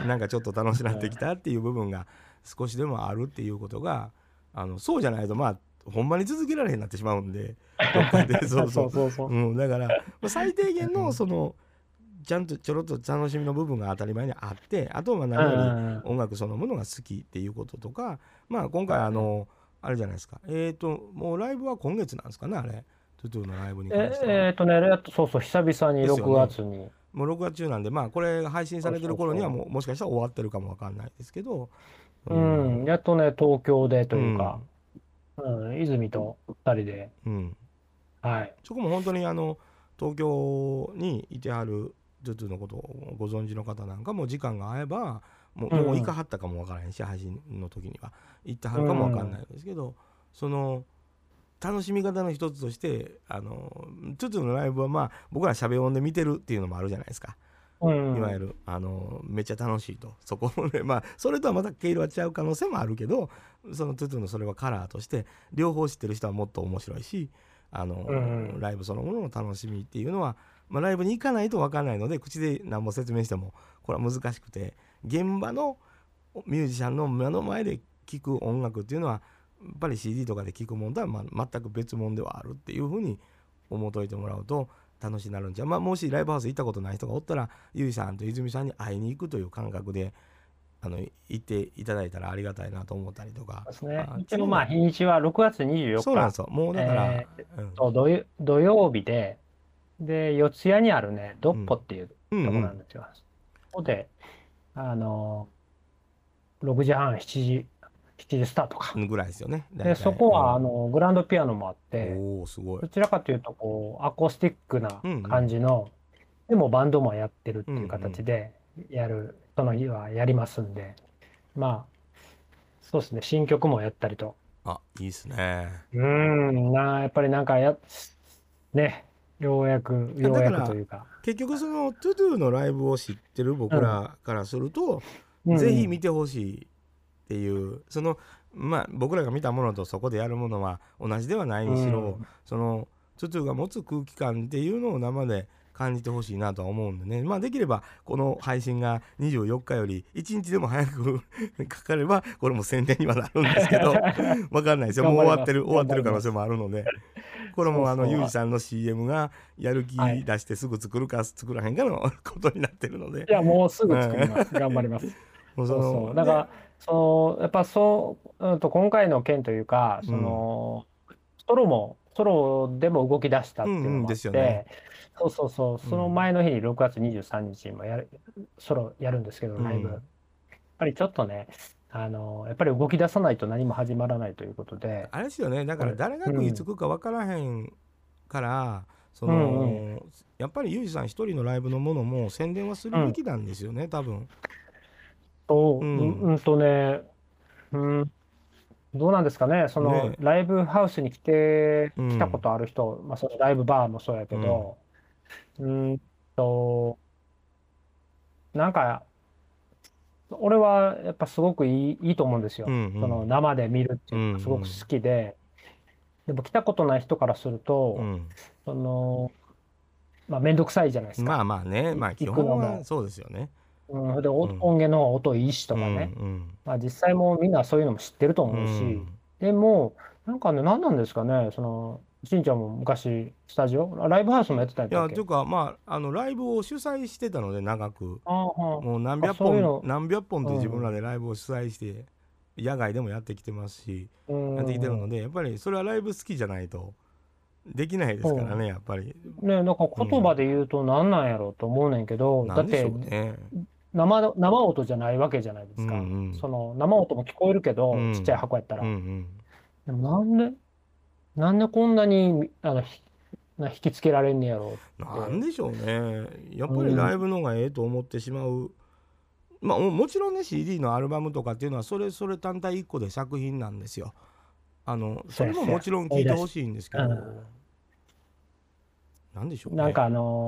なんかちょっと楽しくなってきたっていう部分が少しでもあるっていうことが、あのそうじゃないとまあほんまに続けられへんなってしまうんで、どっかでそうそうそうそう、うん、だから、まあ、最低限のそのちゃんとちょろっと楽しみの部分が当たり前にあって、あとは何より音楽そのものが好きっていうこととか、まあ今回あのあれじゃないですか、えっともうライブは今月なんですかね、あれトゥトゥのライブに関しては。 えっとねそうそう久々にろくがつに、ね、 もうろくがつ中なんで、まあこれが配信されてる頃にはもうもしかしたら終わってるかもわかんないですけど、 うん、うん、やっとね東京でというか、うんうん、泉とふたりで、 うん、 はい、 そこも本当にあの東京にいてはるトゥトゥのことをご存知の方なんかも時間が合えばもう、もう行かはったかもわからへんし、配信の時には行ってはるかもわかんないんですけど、うん、その楽しみ方の一つとしてあのトゥトゥのライブはまあ僕らしゃべ音で見てるっていうのもあるじゃないですか、うん、いわゆるあのめっちゃ楽しいと、そこでまあそれとはまた毛色は違う可能性もあるけど、そのトゥトゥのそれはカラーとして両方知ってる人はもっと面白いし、あの、うん、ライブそのものの楽しみっていうのは、まあ、ライブに行かないと分からないので口で何も説明してもこれは難しくて、現場のミュージシャンの目の前で聴く音楽っていうのはやっぱり シーディー とかで聴くものとはまあ全く別物ではあるっていうふうに思っといてもらうと楽しくなるんじゃ、まあ、もしライブハウス行ったことない人がおったらゆいさんと泉さんに会いに行くという感覚であの行っていただいたらありがたいなと思ったりとか。 そうですね。でもまあ日にちはろくがつにじゅうよっか。 そうなんですよ。もうだから、 えーうん、土, 土曜日で、で四谷にあるねドッポっていうとこなんですよ。うんうんうん、そこであのろくじはんしちじしちじスタートかぐらいですよね。 でそこは、うん、あのグランドピアノもあって、 おすごい、 どちらかというとこうアコースティックな感じの、うんうん、でもバンドもやってるっていう形でやる、うんうん、その日はやりますんで、まあそうですね、新曲もやったりと。 あ、いいっすね。 うんなやっぱりなんかやねようやくようやくというか、 結局そのトゥトゥのライブを知ってる僕らからすると、うん、ぜひ見てほしいっていう、うん、そのまあ僕らが見たものとそこでやるものは同じではないにしろ、うん、そのトゥトゥが持つ空気感っていうのを生で感じてほしいなとは思うんでね、まあできればこの配信がにじゅうよっかよりいちにちでも早くかかればこれも宣伝にはなるんですけど分かんないですよ、もう終わってる終わってる可能性もあるので、これもあのゆうじさんの シーエム がやる気出してすぐ作るか作らへんかのことになってるので、 いやもうすぐ作ります頑張りますそうそうだからそのやっぱそう、うん、と今回の件というかその、うん、ソロもソロでも動き出したっていうのもあって、うんうんね、そうそうそうその前の日にろくがつにじゅうさんにちにもやるソロやるんですけどライブ、うん、やっぱりちょっとねあのやっぱり動き出さないと何も始まらないということで、 あれですよね、だから誰が食いつくか分からへんから、うん、その、うんうん、やっぱりゆうじさん一人のライブのものも宣伝はするべきなんですよね、うん、多分そう、うん、うんとね、うん、どうなんですかね、その、ね、ライブハウスに来て、うん、来たことある人、まあ、そのライブバーもそうやけど、うん、うんと、なんか、俺はやっぱすごくいい、いいと思うんですよ。うんうん、その生で見るっていうのがすごく好きで、うんうん、でも来たことない人からすると、うん、その、まあ、めんどくさいじゃないですか。 まあまあね、まあ基本はそうですよね。 うん、で音源の音いいしとかね、うんうん、まあ、実際もみんなそういうのも知ってると思うし、うん、でもなんかね何なんですかね、そのしんちゃんも昔スタジオライブハウスもやってたんだっけ。 いやというかまああのライブを主催してたので長くもう何百本何百本と自分らでライブを主催して、うん、野外でもやってきてますし、うん、やってきてるのでやっぱりそれはライブ好きじゃないとできないですからね、やっぱりね。なんか言葉で言うと何なんやろうと思うねんけど、うん、だって、ね、生, 生音じゃないわけじゃないですか、うんうん、その生音も聞こえるけど、うん、ちっちゃい箱やったら、うんうん、でもなんでなんでこんなにあの引きつけられんねやろうって。 なんでしょうね、やっぱりライブの方がええと思ってしまう、うん、まあもちろんね シーディー のアルバムとかっていうのはそれそれ単体いっこで作品なんですよ。あのそれももちろん聞いてほしいんですけど、うん、なんでしょうね。 なんかあの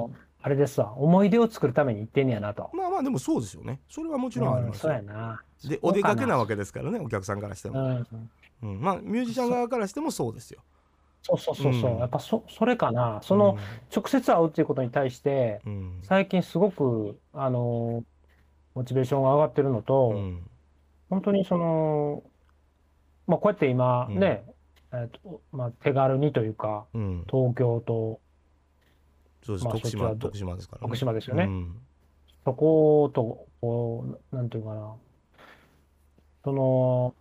あれですわ、思い出を作るために行ってんねやなと。 まあまあでもそうですよね。それはもちろんありうん、 ますよ。 そうやな。 でそうかなお出かけなわけですからね、お客さんからしても、 うん、 うん、まあミュージシャン側からしてもそうですよ。 そうそううそうそう、やっんぱそ、それかな。その、 うん直接会うっていうことに対して、 うん最近すごく、あの、モチベーションが上がってるのうと、 ん本当にその、まあ、こうやって今うんね、えっと、まあ、手軽にというか、 うん東京と、 そうです。 まあ、 徳そっちはど島徳島ですから徳ね。 島ですよね。 うんそこと、こう、なんていうかな、その、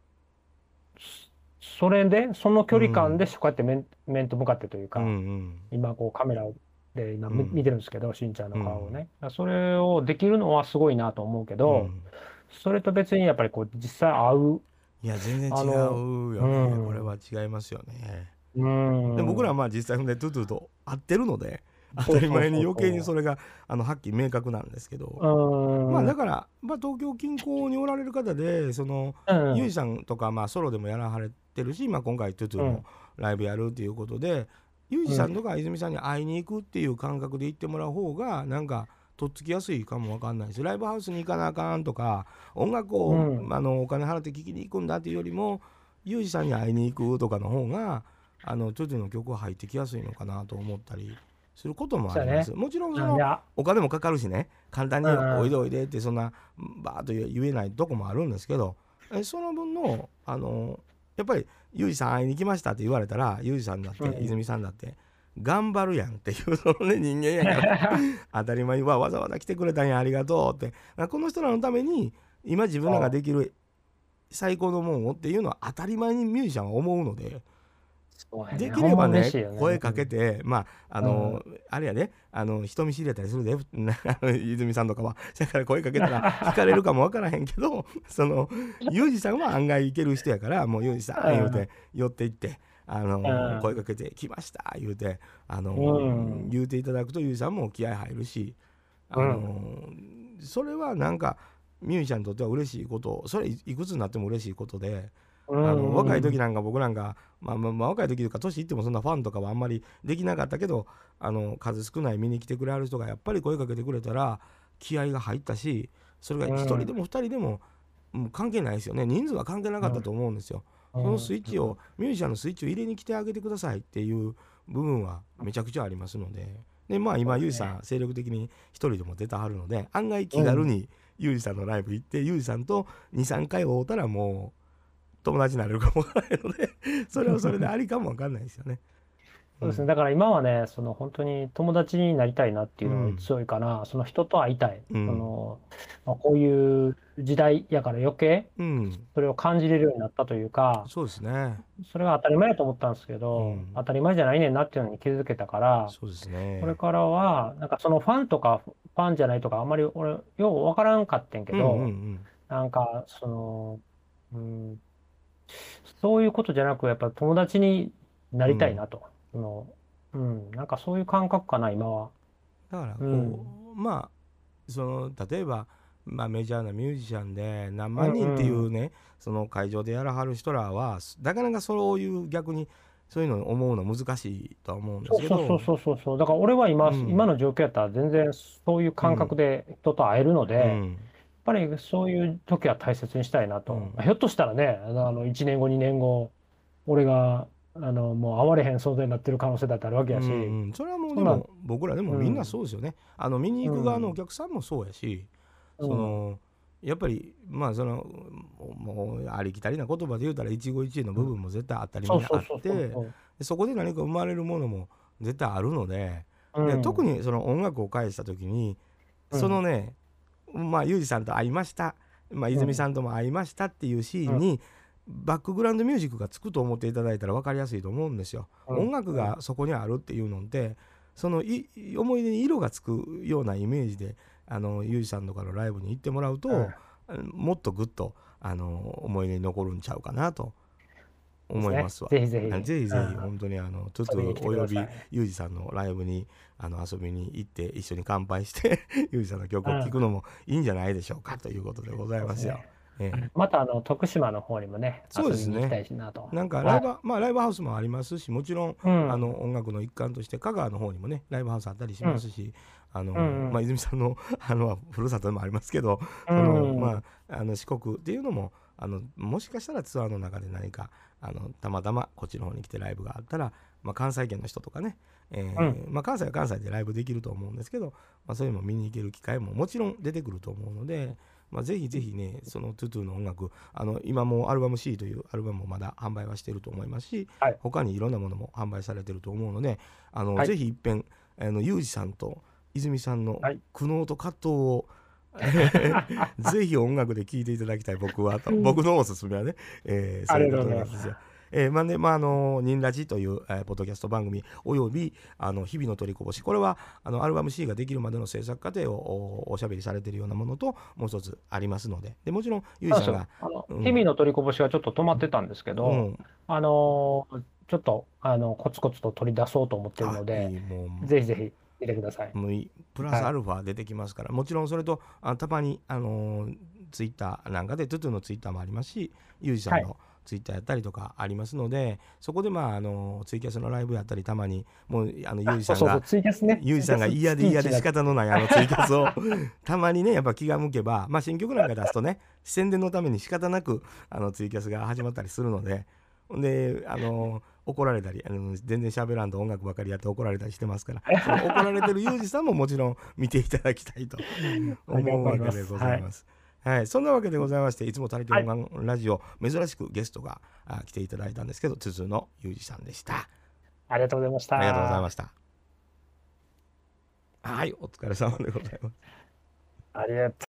そそれで、その距離感で、こうやって面、面と向かってといううんうか、 ん今こうカメラで今見、 うん見てるんですけど、しんちゃんのうん顔をね。それをできるのはすごいなと思うけど、 うんそれと別にやっぱりこう実際会う、 いや全然違あの、 うようね。これん、 は違いますよね。 うで僕らはん、 まあ実際でトゥトゥと会ってるので当そうたり前にそうそう余計にそそれがあのはっきり明確なんですけど、 う。うん、うん、 まあだから、まあ、東京近郊におられる方でそのユージさんとかまあソロでもやらはれてるし、まあ、今回トゥトゥうん、 もライブやるっていうことで、ユージさんとか泉さんに会いに行くっていう感覚で行ってもらう方がなんかとっつきやすいかもわかんないです。ライブハウスに行かなあかんとか音楽を、 うん、 あのお金払って聴きに行くんだっていうよりもユージさんに会いに行くとかの方があのトゥトゥの曲が入ってきやすいのかなと思ったりすることもあります。 そうやね。 もちろんそのあいや、 お金もかかるしね、簡単にうんうん、 おいでおいでってそんなバーッと言えないとこもあるんですけど、えその分のあのやっぱりユージさん会いに来ましたって言われたらユージさんだって、 うん、 泉さんだって頑張るやんっていうその、ね、人間やから当たり前にわわざわざ来てくれたんやありがとうって、この人らのために今自分らができる最高のもんをっていうのは当たり前にミュージシャンは思うので、 そうやね。 できほんまればね嬉しいよね。 声かけて、まああうん、 のあれやね、あの人見知りやったりするであの泉さんとかはだから声かけたら聞かれるかもわからへんけどそのユージさんは案外いける人やからもうユージさん言うて寄っていってあのうん、 声かけて来ました言うてあのうん、 言うていただくとユージさんも気合入るし、あうん、 のそれはなんかミュージシャンにとっては嬉しいこと、それいくつになっても嬉しいことで、 うあの若い時ん、 なんか僕なんか、まあまあ、まあ若い時とか年いってもそんなファンとかはあんまりできなかったけど、あの数少ない見に来てくれはる人がやっぱり声かけてくれたら気合が入ったし、それがうん、 ひとりでもふたりでももう関係ないですよね。人数は関係なかったと思うんですよ。 うん、 そのスイッチをミュージシャンのスイッチを入れに来てあげてくださいっていう部分はめちゃくちゃありますので、でまあ今ユージさん精力的に一人でも出たはるので案外気軽にユージさんのライブ行ってユージさんとにさんかい会うたらもう友達になれるかもわからないのでそれはそれでありかもわかんないですよね。 そうですね。 うんだから今はね、その本当に友達になりたいなっていうのがうん強いかな。その人と会いたい。そうんの、まあ、こういう時代やから余計うんそれを感じれるようになったというか、 そうですね。 それが当たり前だと思ったんですけうど、 ん当たり前じゃないねんなっていうのに気づけたから、 そうですね。 これからは、なんかそのファンとかファンじゃないとかあんまり俺、ようわからんかってんけうんうんうど、 んなんかその、うん、そういうことじゃなく、やっぱ友達になうんりたいなと。その、うん、なんかそういう感覚かな、今は。 だからうこん。 うまあその例えば、まあ、メジャーなミュージシャンで何う万人っていんうん。 うねその会場でやらはる人らはなかなかそういう逆にそういうのを思うのは難しいとは思うんでそうそうそうすけど、 そうそうそう。だから俺はう今、今んの状況やったら全然そういう感覚うんで人と会えるので、やっうんぱりそういう時は大切にしたいなと。 うんひょっとしたらね、あの、あのいちねんご、にねんご、俺が、あの、もう会われへん存在になってる可能性だってあるわけうやし、 んうん、それはもうそんなん、 でも僕らでもうみんなん、 そうですよね。あの見にう行く側のおん、 客さんもそうやし、 うん、 そのやっぱりまあそのもうありきたりな言葉で言うたら一期一会の部分も絶対当たりそう前にあっそうそうそうて、 そう。 でそこで何か生まれるものも絶対あるので、で特うん、 にその音楽を介した時にうん、 そのねまあユージさんと会いました、まあ、 うん、 泉さんとも会いましたっていうシうん、 ーンにバックグラウンドミュージックがつくと思っていただいたら分かりやすいと思うんですよ。 うん、 音楽うん、 がそこにあるっていうのってそのい思い出に色がつくようなイメージであのユージさんとかのライブに行ってもらうとうんもっとぐっとあの思い出に残るんちゃうかなとですね。 思いますわ。 ぜひぜぜひひ、うぜひん、 本当にあのトゥト遊びに来てゥおよびください。 ユージさんのライブにあの遊びに行って一緒に乾杯してユージさんの曲を聴うん、 くのもいいんじゃないでしょうかということでございますよ。 そうですね。 ええ、 またあの徳島の方にもね、 そうですね遊びに行きたいしなと。 なんかライブ、はい、まあライブハウスもありますし、もちろん、 うん、 あの音楽の一環として香川の方にもねライブハウスあったりしますし、うん、あの、うんうん、まあ泉さんのあのふるさとでもありますけど、その、うん、まああの四国っていうのもあのもしかしたらツアーの中で何かあのたまたまこっちの方に来てライブがあったら、まあ、関西圏の人とかね、えーうんまあ、関西は関西でライブできると思うんですけど、まあ、そういうのも見に行ける機会ももちろん出てくると思うので、まあ、ぜひぜひねそのトゥトゥの音楽、あの今もアルバム C というアルバムもまだ販売はしていると思いますし、はい、他にいろんなものも販売されていると思うので、あの、はい、ぜひ一遍あのユージさんと泉さんの苦悩と葛藤を、はい、ぜひ音楽で聴いていただきたい僕はと、うん、僕のおすすめはね、えー、そういうことなんですよ。えーまあねまあ、あのニンラジという、えー、ポッドキャスト番組およびあの日々の取りこぼし、これはあのアルバム C ができるまでの制作過程を お, おしゃべりされているようなものともう一つありますので、でもちろんゆいさんがあの、うん、日々の取りこぼしはちょっと止まってたんですけど、うん、あのちょっとあのコツコツと取り出そうと思っているので、いいもうぜひぜひ見てください。 もういいプラスアルファ出てきますから、はい、もちろんそれとあたまにあのツイッターなんかでトゥトゥのツイッターもありますし、ゆうじさんの、はいツイッターやったりとかありますので、そこでまああのツイキャスのライブやったりたまにもうあのユージさんがユージさんが嫌で嫌で仕方のないあのツイキャスをたまにねやっぱ気が向けば、まあ新曲なんか出すとね宣伝のために仕方なくあのツイキャスが始まったりするので、であの怒られたりあの全然喋らんと音楽ばかりやって怒られたりしてますから、その怒られてるユージさんももちろん見ていただきたいと思うわけでございます。はい、そんなわけでございまして、いつも足りてる音楽ラジオ、はい、珍しくゲストが来ていただいたんですけど、トゥトゥのユージさんでした。 ありがとうございました。 ありがとうございました。はい、お疲れ様でございます。 ありがと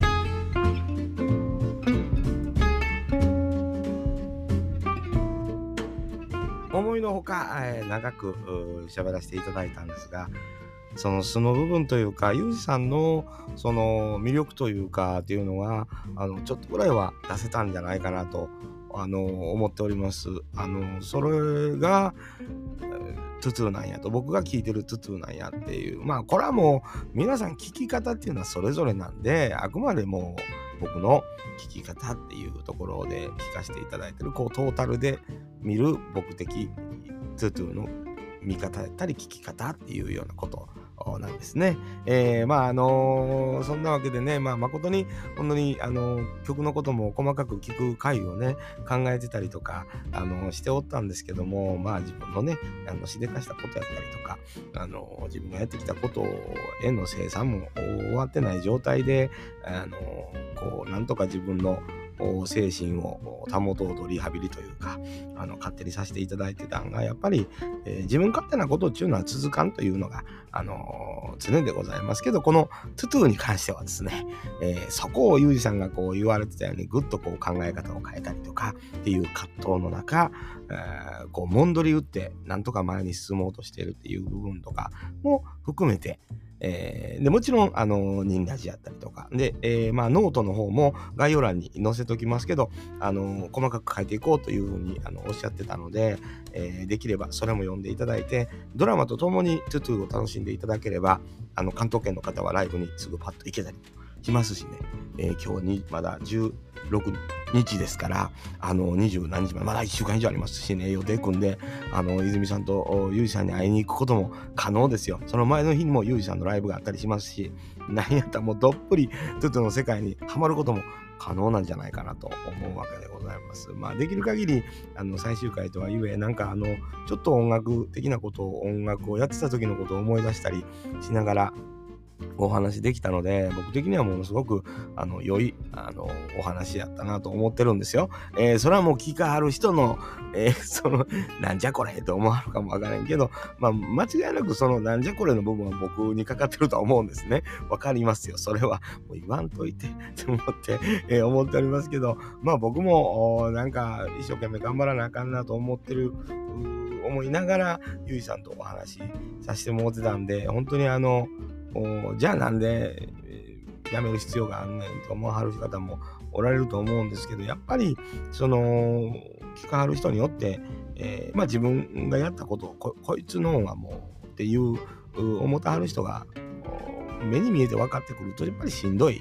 う。思いのほか、えー、長く喋らせていただいたんですが、その素の部分というかユージさんのその魅力というかっていうのはあのちょっとぐらいは出せたんじゃないかなとあの思っております。あのそれがトゥトゥなんやと、僕が聞いてるトゥトゥなんやっていう、まあこれはもう皆さん聞き方っていうのはそれぞれなんで、あくまでも僕の聞き方っていうところで聞かせていただいてるこうトータルで見る僕的トゥトゥの見方やったり聞き方っていうようなことなんですね。えー、まああのー、そんなわけでね、まあ誠に本当にあのー、曲のことも細かく聞く回をね考えてたりとかあのー、しておったんですけども、まあ自分のねあのしでかしたことやったりとかあのー、自分がやってきたことへの生産も終わってない状態であのー、こうなんとか自分の精神を保とうとリハビリというかあの勝手にさせていただいてたんがやっぱり、えー、自分勝手なことっていうのは続かんというのが、あのー、常でございますけど、このトゥトゥに関してはですね、えー、そこをユージさんがこう言われてたようにぐっとこう考え方を変えたりとかっていう葛藤の中、えー、こうもんどり打ってなんとか前に進もうとしているっていう部分とかも含めてえー、でもちろんあのニンラジやったりとかで、えー、まあノートの方も概要欄に載せときますけど、あの細かく書いていこうというふうにあのおっしゃってたので、えー、できればそれも読んでいただいてドラマとともにトゥトゥを楽しんでいただければ、あの関東圏の方はライブにすぐパッと行けたりしますしね、えー、今日にまだじゅうろくにちですから、あのにじゅう何日までまだいっしゅうかん以上ありますしね、予定組んであの泉さんとユージさんに会いに行くことも可能ですよ。その前の日にもユージさんのライブがあったりしますし、何やったらもうどっぷりトゥトゥの世界にはまることも可能なんじゃないかなと思うわけでございます。まあできる限りあの最終回とはゆえなんかあのちょっと音楽的なことを音楽をやってた時のことを思い出したりしながらお話できたので、僕的にはものすごくあの良いあのお話やったなと思ってるんですよ。えー、それはもう聞かはる人の、えー、そのなんじゃこれと思われるかもわからんけど、まあ間違いなくそのなんじゃこれの部分は僕にかかってるとは思うんですね。わかりますよ。それはもう言わんといてと思って、えー、思っておりますけど、まあ僕もなんか一生懸命頑張らなあかんなと思ってる思いながらゆいさんとお話しさせてもらってたんで、本当にあのじゃあなんで辞める必要があんねんと思わはる方もおられると思うんですけど、やっぱりその聞かはる人によって、えー、まあ自分がやったことを こ, こいつの方がもうっていう思ってはる人が目に見えて分かってくるとやっぱりしんどい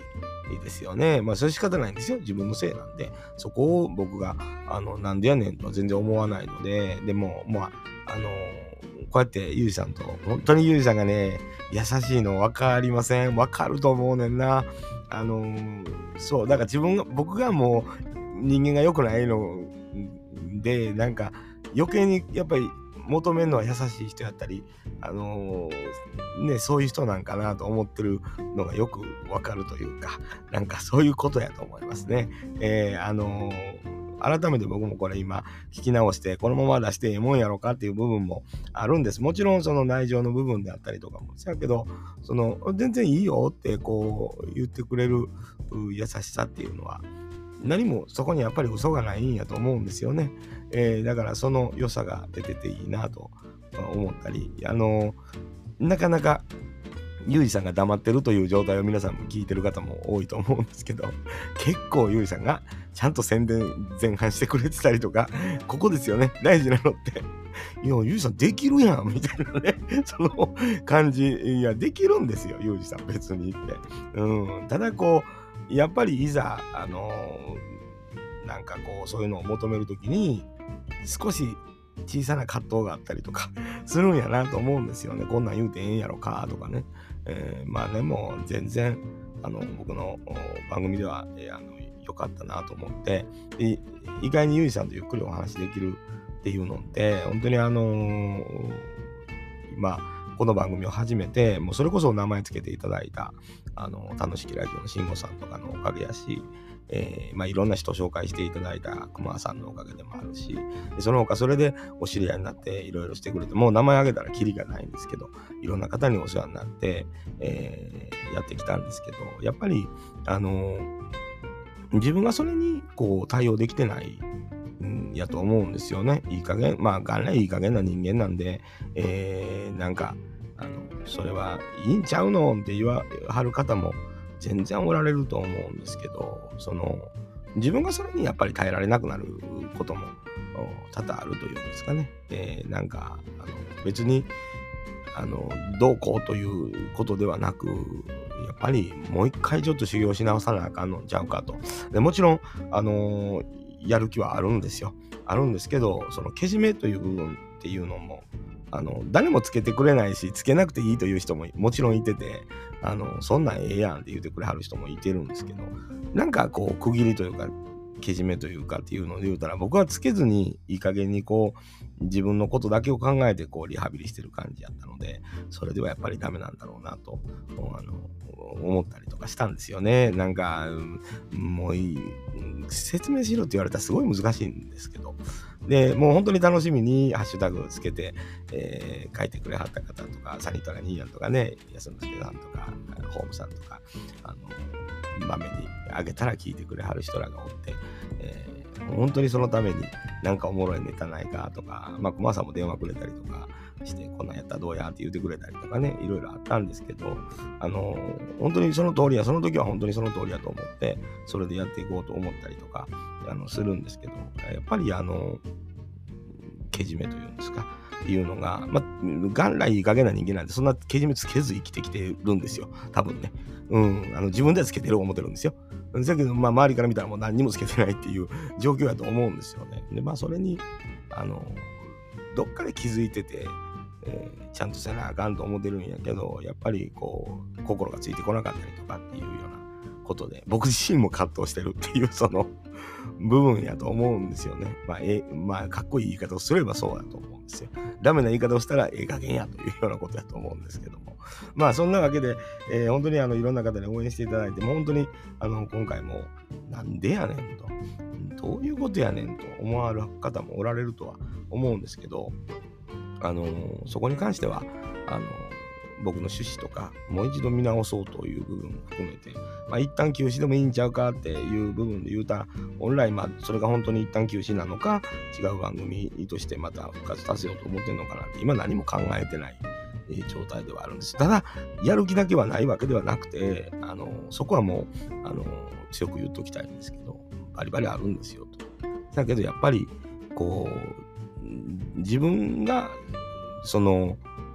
ですよね。まあそれ仕方ないんですよ。自分のせいなんで、そこを僕があのなんでやねんとは全然思わないので、でもまああのこうやってゆうじさんと本当にゆうじさんがね優しいの分かりません。分かると思うねんな。あのそうだから自分が僕がもう人間が良くないのでなんか余計にやっぱり求めるのは優しい人やったり、あのー、ね、そういう人なんかなと思ってるのがよくわかるというか、なんかそういうことやと思いますね。えー、あのー、改めて僕もこれ今聞き直してこのまま出してええもんやろかっていう部分もあるんです。もちろんその内情の部分であったりとかもだけど、その全然いいよってこう言ってくれる優しさっていうのは何もそこにやっぱり嘘がないんやと思うんですよね。えー、だからその良さが出てていいなと思ったり、あのなかなかゆうじさんが黙ってるという状態を皆さんも聞いてる方も多いと思うんですけど、結構ゆうじさんがちゃんと宣伝前半してくれてたりとか、ここですよね、大事なのって。いや、ゆうじさんできるやんみたいなね、その感じ。いや、できるんですよ、ゆうじさん別にって。うん、ただこうやっぱりいざあのー、なんかこうそういうのを求めるときに少し小さな葛藤があったりとかするんやなと思うんですよね。こんなん言うてええんやろかとかね、えー、まあでも全然あの僕の番組では、えー、あの良かったなと思って、で意外にゆうじさんとゆっくりお話できるっていうのって本当にあのー、今この番組を始めてもうそれこそ名前つけていただいたあの楽しきラジオの慎吾さんとかのおかげやし、えーまあ、いろんな人を紹介していただいた熊さんのおかげでもあるし、でその他それでお知り合いになっていろいろしてくれて、もう名前挙げたらキリがないんですけど、いろんな方にお世話になって、えー、やってきたんですけど、やっぱりあのー、自分がそれにこう対応できてないんやと思うんですよね。いい加減、まあ元来いい加減な人間なんで、えー、なんかあのそれはいいんちゃうのって言わはる方も全然おられると思うんですけど、その自分がそれにやっぱり耐えられなくなることも多々あるというんですかね。えー、なんかあの別にあのどうこうということではなく、やっぱりもう一回ちょっと修行し直さなあかんのちゃうかと。でもちろんあのー、やる気はあるんですよ。あるんですけど、そのけじめという部分っていうのもあの誰もつけてくれないし、つけなくていいという人ももちろんいてて、あのそんなんええやんって言ってくれはる人もいてるんですけど、なんかこう区切りというかけじめというかっていうので言うたら、僕はつけずにいい加減にこう自分のことだけを考えてこうリハビリしてる感じやったので、それではやっぱりダメなんだろうなとあの思ったりとかしたんですよね。なんかもういい説明しろって言われたらすごい難しいんですけど、でもう本当に楽しみにハッシュタグつけて、えー、書いてくれはった方とか、サニートラニーヤンとかね、安之助さんとかホームさんとか、あの場面にあげたら聞いてくれはる人らがおって、えー、本当にそのためになんかおもろいネタないかとか、まあ熊さんも電話くれたりとかして、こんなんやったらどうやって言ってくれたりとかね、いろいろあったんですけど、あの本当にその通りや、その時は本当にその通りやと思ってそれでやっていこうと思ったりとかあのするんですけど、やっぱりあのけじめというんですかいうのが、まあ、元来いい加減な人間なんで、そんなけじめつけず生きてきてるんですよ、多分ね。うん、あの自分ではつけてる思ってるんですよ。だけど、まあ、周りから見たらもう何にもつけてないっていう状況やと思うんですよね。で、まあ、それに、あの、どっかで気づいてて、えー、ちゃんとせなあかんと思ってるんやけど、やっぱりこう、心がついてこなかったりとかっていうようなことで、僕自身も葛藤してるっていう、その、部分やと思うんですよね。まあ、えまあ、かっこいい言い方をすればそうだと思うんですよ。ダメな言い方をしたらええ加減やというようなことやと思うんですけども。まあ、そんなわけで、えー、本当にあのいろんな方に応援していただいて、もう本当にあの今回もなんでやねんと、どういうことやねんと思われる方もおられるとは思うんですけど、あのー、そこに関しては、あのー僕の趣旨とかもう一度見直そうという部分も含めて、まあ、一旦休止でもいいんちゃうかっていう部分で言うたら、本来まあそれが本当に一旦休止なのか、違う番組としてまた復活させようと思ってるのかなって今何も考えてない状態ではあるんです。ただやる気だけはないわけではなくて、あのそこはもうあの強く言っときたいんですけど、バリバリあるんですよと。だけどやっぱりこう自分がその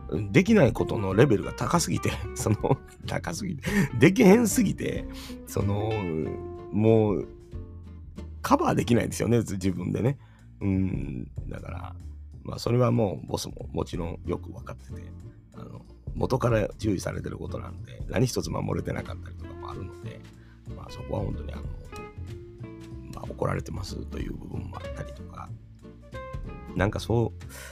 できないことのレベルが高すぎて、その、高すぎて、できへんすぎて、その、もう、カバーできないんですよね、自分でね。うん、だから、まあ、それはもう、ボスももちろんよく分かってて、あの、元から注意されてることなんで、何一つ守れてなかったりとかもあるので、まあ、そこは本当に、あの、まあ、怒られてますという部分もあったりとか、なんかそう、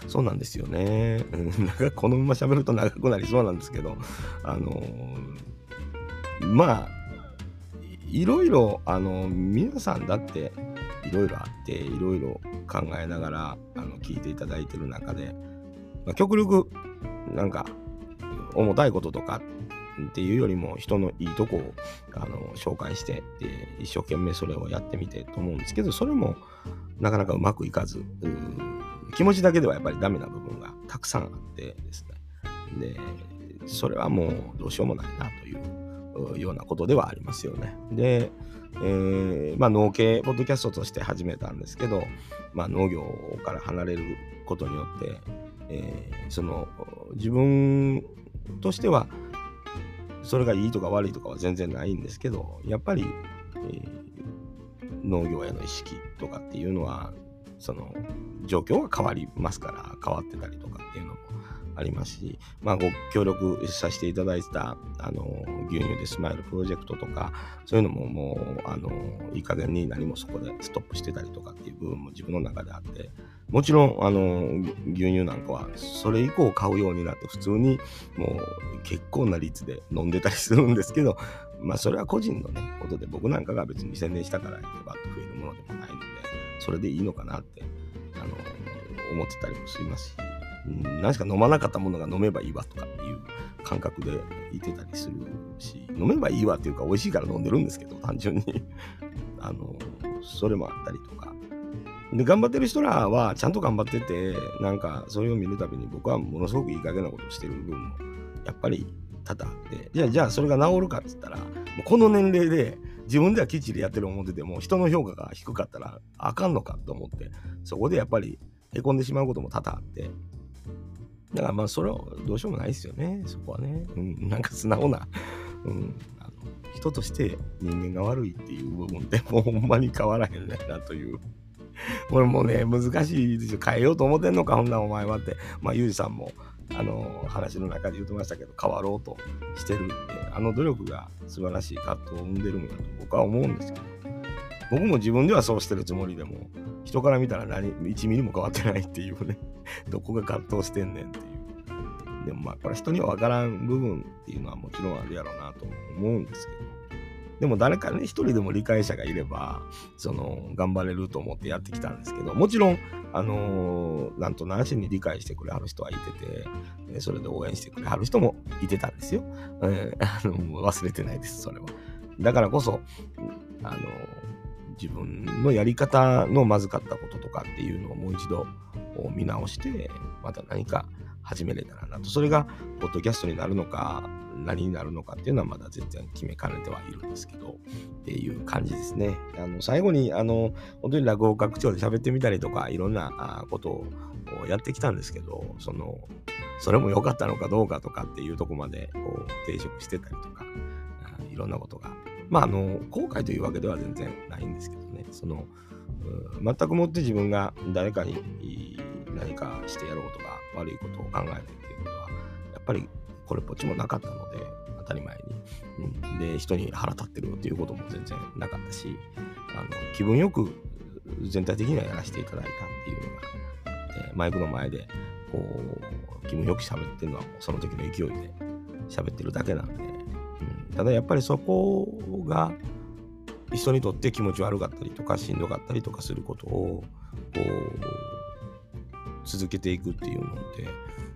そうなんですよね。なんかこのまま喋ると長くなりそうなんですけど、あのー、まあ、いろいろ、あの、皆さんだっていろいろあって、いろいろ考えながら、あの、聞いていただいてる中で、まあ、極力、なんか、重たいこととかっていうよりも、人のいいとこを、あの、紹介して、で、一生懸命それをやってみてと思うんですけど、それも、なかなかうまくいかず、気持ちだけではやっぱりダメな部分がたくさんあってですね。で、それはもうどうしようもないなというようなことではありますよね。で、えー、まあ農系ポッドキャストとして始めたんですけど、まあ農業から離れることによって、えー、その自分としてはそれがいいとか悪いとかは全然ないんですけど、やっぱり、えー、農業への意識とかっていうのはその状況が変わりますから変わってたりとかっていうのもありますし、まあご協力させていただいたあの牛乳でスマイルプロジェクトとかそういうのももうあのいい加減に何もそこでストップしてたりとかっていう部分も自分の中であって、もちろんあの牛乳なんかはそれ以降買うようになって普通にもう結構な率で飲んでたりするんですけど、まあそれは個人のねことで、僕なんかが別に宣伝したからバッと増えるものでもないので、それでいいのかなってあの思ってたりもしますし、何しか飲まなかったものが飲めばいいわとかっていう感覚でいてたりするし、飲めばいいわっていうか美味しいから飲んでるんですけど、単純にあのそれもあったりとかで、頑張ってる人らはちゃんと頑張ってて、なんかそれを見るたびに僕はものすごくいい加減なことをしてる部分もやっぱり多々あって、じゃあじゃあそれが治るかっつったら、もうこの年齢で自分ではきっちりやってる思ってても人の評価が低かったらあかんのかと思って、そこでやっぱりへこんでしまうことも多々あって、だからまあそれはどうしようもないですよね、そこはね。うん、なんか素直な、うん、あの人として人間が悪いっていう部分ってもうほんまに変わらへんねんなという。これもね難しいですよ。変えようと思ってんのかほんなお前はって、まあユージさんもあの話の中で言ってましたけど、変わろうとしてるって、あの努力が素晴らしい葛藤を生んでるんだと僕は思うんですけど、僕も自分ではそうしてるつもりでも人から見たら何いちミリも変わってないっていうねどこが葛藤してんねんっていう。でもまあこれ人には分からん部分っていうのはもちろんあるやろうなと思うんですけど、でも誰かね一人でも理解者がいればその頑張れると思ってやってきたんですけど、もちろんあのー、なんとなしに理解してくれはる人はいてて、それで応援してくれはる人もいてたんですよ、えー、あの忘れてないです。それはだからこそあのー、自分のやり方のまずかったこととかっていうのをもう一度見直してまた何か始めれたらなと。それがポッドキャストになるのか何になるのかっていうのはまだ全然決めかねてはいるんですけどっていう感じですね。あの最後にあの本当に落語拡張で喋ってみたりとかいろんなことをやってきたんですけど、そのそれも良かったのかどうかとかっていうところまでこう定食してたりとかいろんなことがまああの後悔というわけでは全然ないんですけどね、その全くもって自分が誰かに何かしてやろうとか悪いことを考えてっていうことはやっぱりこれっぽっちもなかったので当たり前に、うん、で人に腹立ってるっていうことも全然なかったし、あの気分よく全体的にはやらせていただいたっていうのがあって、マイクの前でこう気分よく喋ってるのはもうその時の勢いで喋ってるだけなんで、うん、ただやっぱりそこが人にとって気持ち悪かったりとかしんどかったりとかすることをこう続けていくっていうのって、え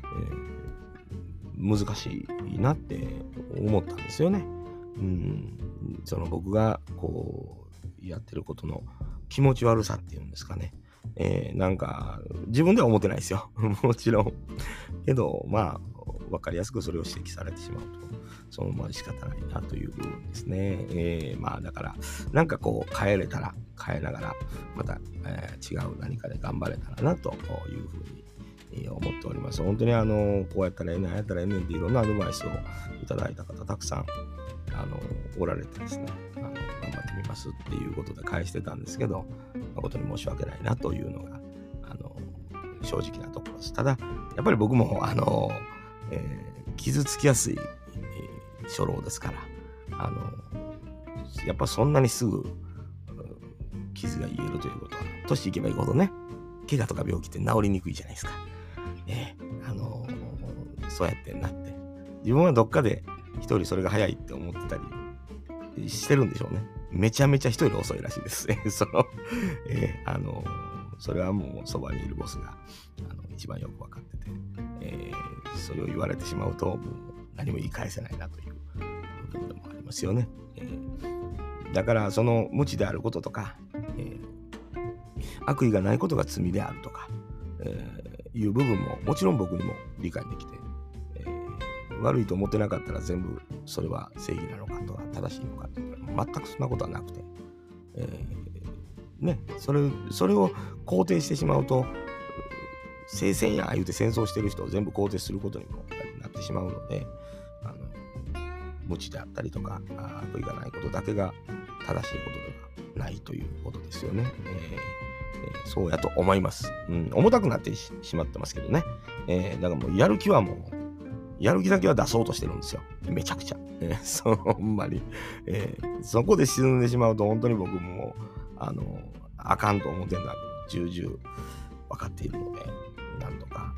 ー、難しいなって思ったんですよね。うん、その僕がこうやってることの気持ち悪さっていうんですかね。えー、なんか自分では思ってないですよもちろんけどまあ分かりやすくそれを指摘されてしまうとそのまま仕方ないなという部分ですね。えー、まあだからなんかこう変えれたら変えながらまた、えー、違う何かで頑張れたらなというふうに、 思っております。本当にあのこうやったらええねん、ああやったらええねんっていろんなアドバイスをいただいた方たくさんあのおられてですね、あの頑張ってみますっていうことで返してたんですけど、誠に申し訳ないなというのがあの正直なところです。ただやっぱり僕もあの、えー、傷つきやすい、えー、初老ですから、あのやっぱそんなにすぐ傷が癒えるということは、年いけばいくほどね、怪我とか病気って治りにくいじゃないですか。ね、あのー、そうやってなって、自分はどっかで一人それが早いって思ってたりしてるんでしょうね。めちゃめちゃ一人遅いらしいですね。その、えー、あのー、それはもうそばにいるボスがあの一番よく分かってて、えー、それを言われてしまうともう何も言い返せないなという部分でもありますよね。えー、だからその無知であることとか、えー、悪意がないことが罪であるとか、えー、いう部分ももちろん僕にも理解できて、えー、悪いと思ってなかったら全部それは正義なのかとか正しいのかとか全くそんなことはなくて、えー、ね、それそれを肯定してしまうと聖戦や言うて戦争してる人を全部肯定することにもなってしまうので、あの無知であったりとか悪意がないことだけが正しいことではないということですよね。えーえー、そうやと思います。うん、重たくなって し, しまってますけどね。えー、だからもうやる気はもうやる気だけは出そうとしてるんですよ。めちゃくちゃ。えー、そのほんまに、えー、そこで沈んでしまうと本当に僕もあのあかんと思ってるのは重々分かっているので、なんとか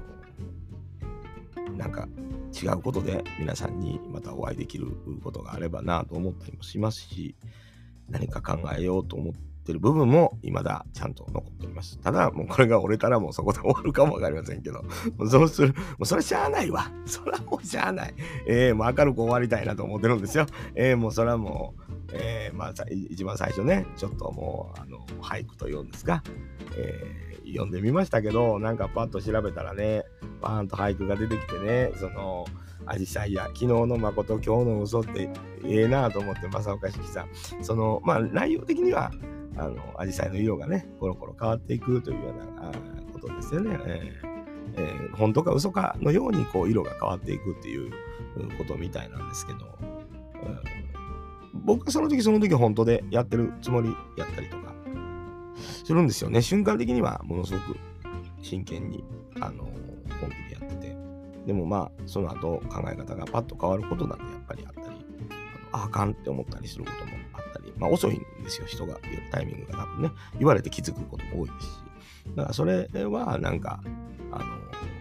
あのなんか違うことで皆さんにまたお会いできることがあればなと思ったりもしますし、何か考えようと思ってる部分も未だちゃんと残っております。ただもうこれが折れたらもうそこで終わるかもわかりませんけど、もうそうする、もうそれしゃあないわ。それはもうしゃあない。えー、もう明るく終わりたいなと思ってるんですよ。えー、もうそれはもう、えー、まあ一番最初ね、ちょっともうあの俳句というんですか、えー、読んでみましたけど、なんかパッと調べたらね、パーンと俳句が出てきてね、そのアジサイや昨日の誠今日の嘘ってええなと思って、正岡子規さん、そのまあ内容的にはあのアジサイの色がねコロコロ変わっていくというようなことですよね。えーえー、本当か嘘かのようにこう色が変わっていくっていうことみたいなんですけど、うん、僕はその時その時本当でやってるつもりやったりとかするんですよね。瞬間的にはものすごく真剣にあの本気でやってて、でもまあその後考え方がパッと変わることなんてやっぱりあったり、あのあかんって思ったりすることもあったり、まあ遅いんですよ、人が言うタイミングが多分ね、言われて気づくことも多いですし、だからそれはなんかあの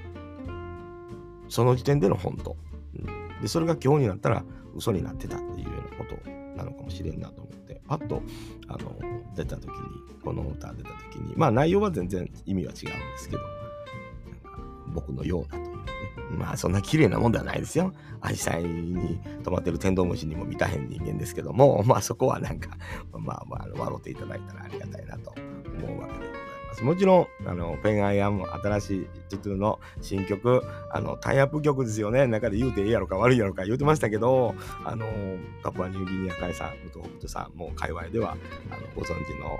その時点での本当、うん、でそれが今日になったら嘘になってたっていうようなことなのかもしれんなと思って、パッとあの出た時に、この歌出た時に、まあ内容は全然意味は違うんですけど、なんか僕のようなというね、まあそんな綺麗なもんではないですよ。アジサイに止まってるテントウムシにも満たへん人間ですけども、まあそこはなんかまあまあ笑っていただいたらありがたいなと思うわけでございます。もちろんあのペンアイアム新しいトゥトゥの新曲、あのタイアップ曲ですよね。中で言うてええやろか悪いやろか言うてましたけど、あのパプアニューギニア海さん、武藤北斗さんも界隈ではあのご存知の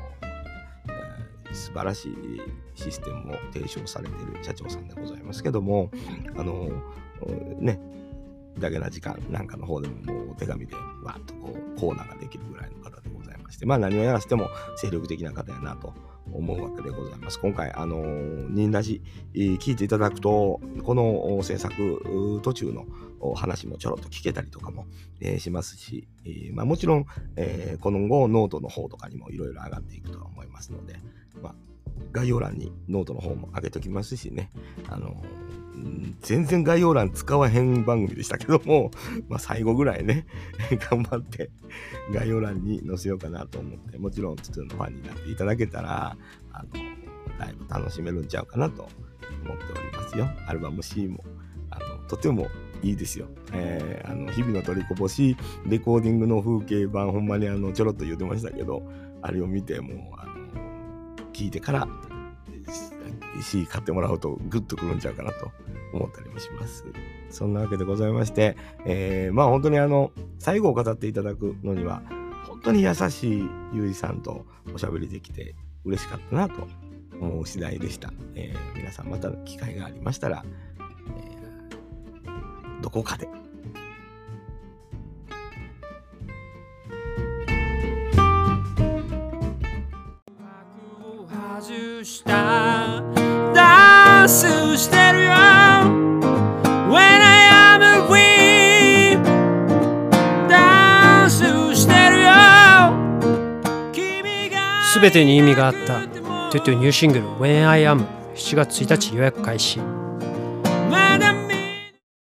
素晴らしいシステムを提唱されている社長さんでございますけども、あのね、だけな時間なんかの方でももうお手紙でわっとこうコーナーができるぐらいの方でございまして、まあ何をやらせても精力的な方やなと思うわけでございます。今回あのニンラジ聞いていただくと、この制作途中の話もちょろっと聞けたりとかも、えー、しますし、えーまあ、もちろん、えー、この後ノートの方とかにもいろいろ上がっていくとは思いますので、まあ、概要欄にノートの方も上げときますしね、あの全然概要欄使わへん番組でしたけども、まあ、最後ぐらいね頑張って概要欄に載せようかなと思って、もちろんトゥトゥのファンになっていただけたらあのだいぶ楽しめるんちゃうかなと思っておりますよ。アルバム C もあのとてもいいですよ。えー、あの日々の取りこぼしレコーディングの風景版、ほんまにあのちょろっと言ってましたけど、あれを見てもうあの聞いてから C 買ってもらうとグッとくるんちゃうかなと思ったりもします。そんなわけでございまして、えー、まあ本当にあの最後を語っていただくのには本当に優しいゆうじさんとおしゃべりできて嬉しかったなと思う次第でした。えー、皆さんまた機会がありましたら、えー、どこかで。 外したダンスしてるよ When I am a queen ダンスしてるよすべてに意味があったトゥトゥニューシングル When I am しちがつついたち予約開始。まだ